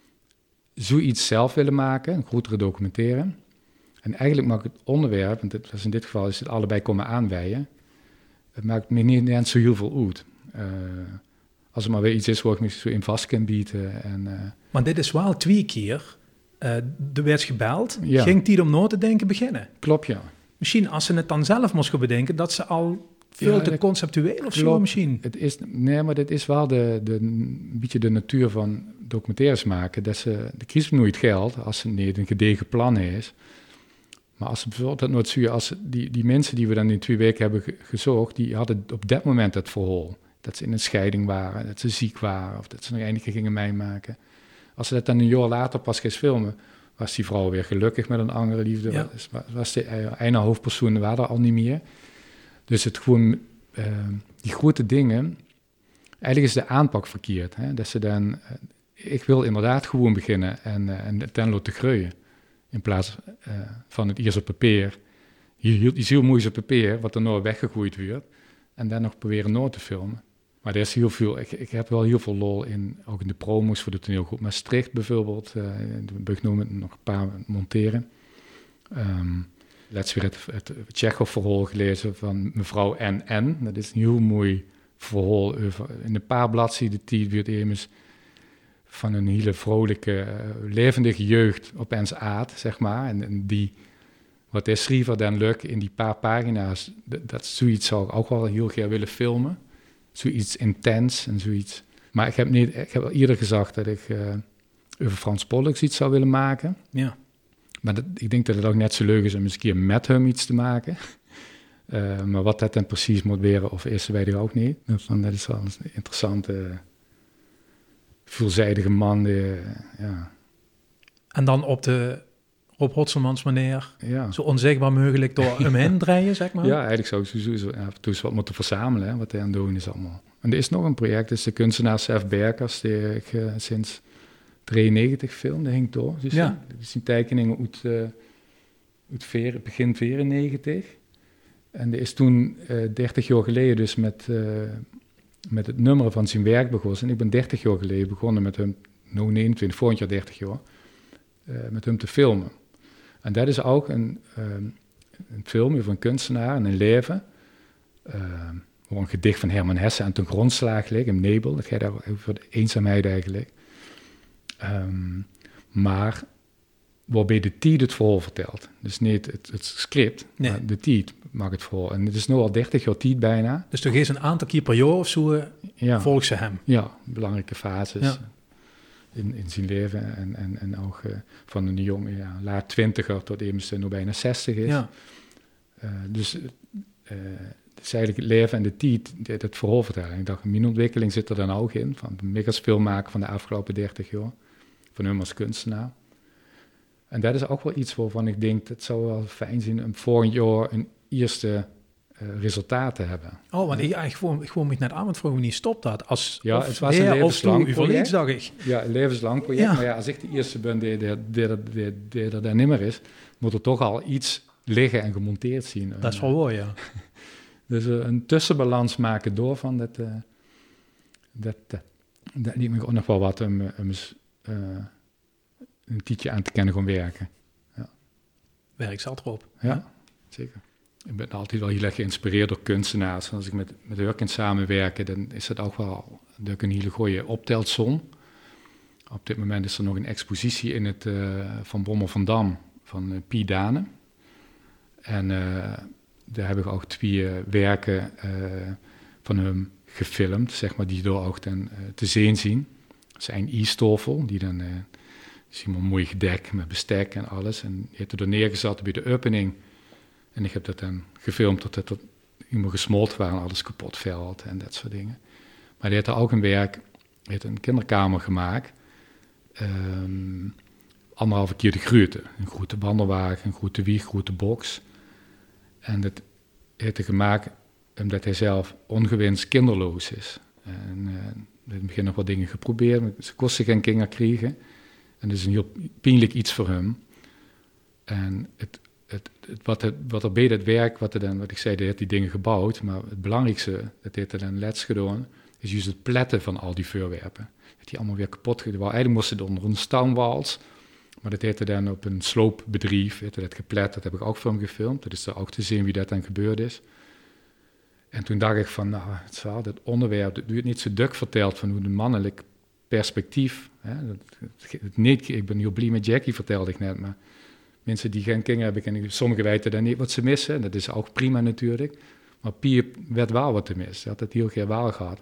zoiets zelf willen maken, een grotere documentaire. En eigenlijk maakt het onderwerp, want in dit geval is het allebei komen aanwijden, het maakt me niet eens zo heel veel uit. Als er maar weer iets is waar ik me zo in vast kan bieden. Maar dit is wel 2 keer. Er werd gebeld. Ja. Ging die om na te denken beginnen? Klopt, ja. Misschien als ze het dan zelf moest gaan bedenken, dat ze al veel te conceptueel of zo misschien. Maar dit is wel een beetje de natuur van documentaires maken. Dat de kiest nooit geld als ze niet een gedegen plan is. Maar als ze bijvoorbeeld dat Noord-Zuur, als die mensen die we dan in 2 weken hebben gezocht, die hadden op dat moment het verhaal. Dat ze in een scheiding waren, dat ze ziek waren of dat ze nog enige gingen meemaken. Als ze dat dan een jaar later pas gaan filmen, was die vrouw weer gelukkig met een andere liefde. Ja. Was de ene hoofdpersoon waren er al niet meer. Dus het gewoon, die grote dingen, eigenlijk is de aanpak verkeerd. Hè? Dat ze dan, ik wil inderdaad gewoon beginnen en ten te groeien. In plaats van het eerste papier, hier is heel mooi papier, wat er nou weggegooid wordt. En dan nog proberen nooit te filmen. Maar er is heel veel, ik heb wel heel veel lol in, ook in de promos voor de toneelgroep Maastricht bijvoorbeeld. Ik nog een paar monteren. Laatst weer het Tsjechov-verhaal gelezen van mevrouw N.N. Dat is een heel mooi verhaal over, in een paar bladzijden die wordt immers van een hele vrolijke, levendige jeugd op ens aard, zeg maar. En die, wat is schrijver dan leuk in die paar pagina's, dat zoiets zou ik ook wel heel graag willen filmen. Zoiets intens en zoiets. Maar ik heb al eerder gezegd dat ik over Frans Pollux iets zou willen maken. Ja. Maar ik denk dat het ook net zo leuk is om eens een keer met hem iets te maken. Maar wat dat dan precies moet worden of is, weet ik ook niet. Dus dat is wel een interessante, veelzijdige man. Ja. En dan op de Rob Hotselmans manier, zo onzichtbaar mogelijk door hem heen draaien, zeg maar? Ja, eigenlijk zou ik sowieso dus wat moeten verzamelen, hè, wat hij aan het doen is allemaal. En er is nog een project, dat is de kunstenaar Sef Berkers, die ik sinds 93 film, dat hing door. Dus ja. Dat zijn tekeningen uit begin 94. En er is toen 30 jaar geleden dus met het nummer van zijn werk begonnen. En ik ben 30 jaar geleden begonnen met hem, 29, volgend jaar 30 jaar, met hem te filmen. En dat is ook een film over een kunstenaar en een leven. Waar een gedicht van Herman Hesse aan ten grondslag ligt, een Nebel. Dat gaat over de eenzaamheid eigenlijk. Maar waarbij de tijd het verhaal vertelt. Dus niet het script, maar de tijd maakt het verhaal. En het is nu al 30 jaar tijd bijna. Dus toch eens een aantal keer per jaar of zo volgt ze hem? Ja, belangrijke fases in zijn leven. En ook van een jonge, laat 20er tot immers nu bijna 60 is. Ja. Dus het is eigenlijk het leven en de tijd het verhaal vertellen. Ik dacht, mijn ontwikkeling zit er dan ook in. Van de megas filmmaker van de afgelopen 30 jaar. Van hem als kunstenaar. En dat is ook wel iets waarvan ik denk, het zou wel fijn zijn om volgend jaar een eerste resultaat te hebben. Oh, want ik gewoon me net aan, want vroeg me niet stopt dat. Het was een levenslang project. Dacht ik. Ja, een levenslang project. Ja. Maar ja, als ik de eerste ben die er dan niet meer is, moet er toch al iets liggen en gemonteerd zien. Dat is wel mooi, ja. Dus een tussenbalans maken door van dat liet me ook nog wel wat om een tijdje aan te kennen gaan werken. Ja. werk zat erop. Ja, zeker. Ik ben altijd wel heel erg geïnspireerd door kunstenaars. Als ik met hun kan samenwerken, dan is het ook wel dat ik een hele goede optelsom. Op dit moment is er nog een expositie in het Van Bommel van Dam van Pie Dane. En daar heb ik ook 2 werken van hem gefilmd, zeg maar, die door ook dan te zien zien. Zijn e-stoffel, die dan is helemaal mooi gedekt met bestek en alles. En die heeft er neergezet bij de opening. En ik heb dat dan gefilmd tot het helemaal gesmolten waren, alles kapot veld en dat soort dingen. Maar die heeft er ook een werk, heeft een kinderkamer gemaakt. 1,5 keer de grootte. Een grote wandelwagen, een grote wieg, een grote box. En dat heeft hij gemaakt omdat hij zelf ongewenst kinderloos is. En in het begin nog wat dingen geprobeerd, maar ze kosten geen kinderen krijgen. En dat is een heel pijnlijk iets voor hem. En wat er bij dat werk, wat ik zei, hij heeft die dingen gebouwd, maar het belangrijkste, dat heeft hij dan let's gedaan, is juist het pletten van al die voorwerpen. Dat die allemaal weer kapot gedaan. Eigenlijk moesten ze onder een stangwals, maar dat heeft hij dan op een sloopbedrijf, heeft hij dat geplet, dat heb ik ook voor hem gefilmd. Dat is er ook te zien wie dat dan gebeurd is. En toen dacht ik van, nou, dat onderwerp, dat wordt niet zo duk verteld van hoe een mannelijk perspectief, hè, ik ben heel blij met Jackie, vertelde ik net, maar mensen die geen kinderen hebben, en sommigen weten dan niet wat ze missen, dat is ook prima natuurlijk, maar Pier werd wel wat te missen, hij had het heel keer wel gehad.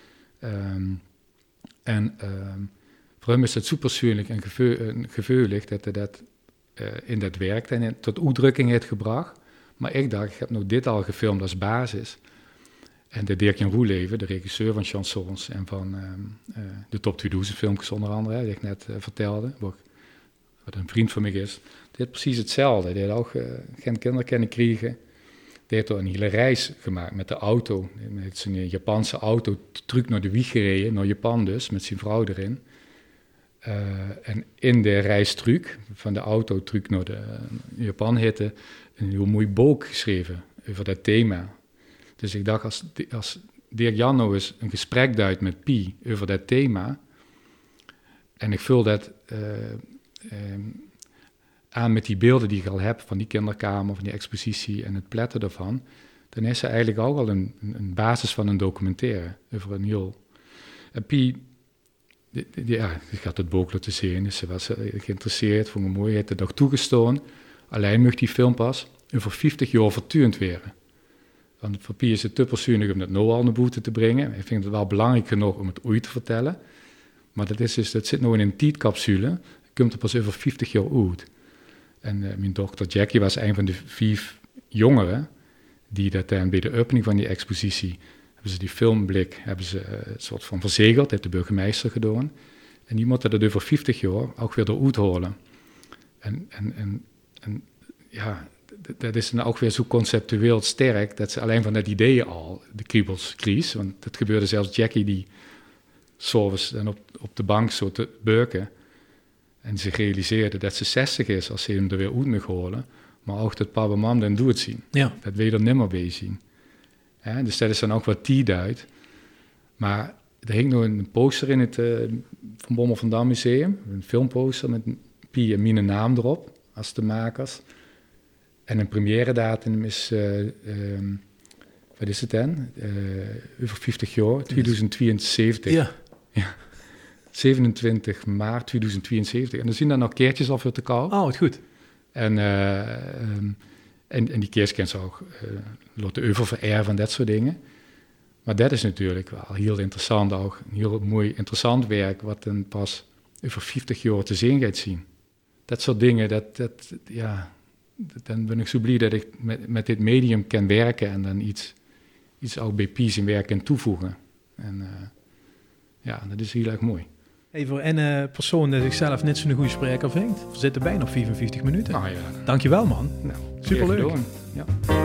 Voor hem is het superzuurlijk en geveulig dat hij dat in dat werk en tot uitdrukking heeft gebracht. Maar ik dacht, ik heb nog dit al gefilmd als basis. En de Dirk-Jan Roeleven, de regisseur van Chansons en van de Top 2000 filmpjes onder andere, die ik net vertelde, wat een vriend van mij is, die heeft precies hetzelfde. Die had ook geen kinderen kunnen krijgen. Die heeft een hele reis gemaakt met de auto. Hij heeft zijn Japanse auto terug naar de wieg gereden, naar Japan dus, met zijn vrouw erin. En in de reis terug, van de auto terug naar Japan, heeft hij een heel mooi boek geschreven over dat thema. Dus ik dacht, als Dirk-Jan nou eens een gesprek duidt met Pie over dat thema, en ik vul dat aan met die beelden die ik al heb van die kinderkamer, van die expositie en het pletten daarvan, dan is er eigenlijk ook al een basis van een documentaire over een heel... En Pie, die gaat het boek laten zien, dus ze was geïnteresseerd, vond het mooi, heeft het nog toegestaan. Alleen mocht die film pas over 50 jaar vertuurd worden. Want voor Pie is het te persoonlijk om dat nou al naar boete te brengen. Hij vindt het wel belangrijk genoeg om het ooit te vertellen. Maar dat zit nou in een tijdcapsule, komt er pas over 50 jaar uit. En mijn dochter Jackie was een van de 4 jongeren die dat bij de opening van die expositie, hebben ze die filmblik, een soort van verzegeld, heeft de burgemeester gedaan. En die moeten dat over 50 jaar ook weer eruit halen. En ja, dat is dan ook weer zo conceptueel sterk, dat ze alleen van dat idee al de kriebels kreeg. Want dat gebeurde zelfs Jackie, die s'avonds dan op de bank zo te beuken. En ze realiseerde dat ze 60 is als ze hem er weer uit mag halen. Maar ook dat papa en mam dan doet zien. Ja. Dat wil je er nimmer bij zien. Ja, dus dat is dan ook wat die uit. Maar er hing nog een poster in het Van Bommel van Dam Museum. Een filmposter met Pie en mijn naam erop, als de makers. En een première datum is, wat is het dan? Over 50 jaar, 2072. Ja. 27 maart 2072. En er zien dan nog keertjes al voor te koop. Oh, wat goed. En die keertjes kan ze ook laten over vererven en dat soort dingen. Maar dat is natuurlijk wel heel interessant, ook een heel mooi interessant werk, wat dan pas over 50 jaar te zien gaat zien. Dat soort dingen, dan ben ik zo blij dat ik met dit medium kan werken en dan iets ook bij Pie zijn werk kan toevoegen. En dat is heel erg mooi. Hey, voor een persoon die zichzelf net zo'n goede spreker vindt, we zitten bijna op 54 minuten. Ah, ja. Dankjewel, man. Nou, superleuk. Ja.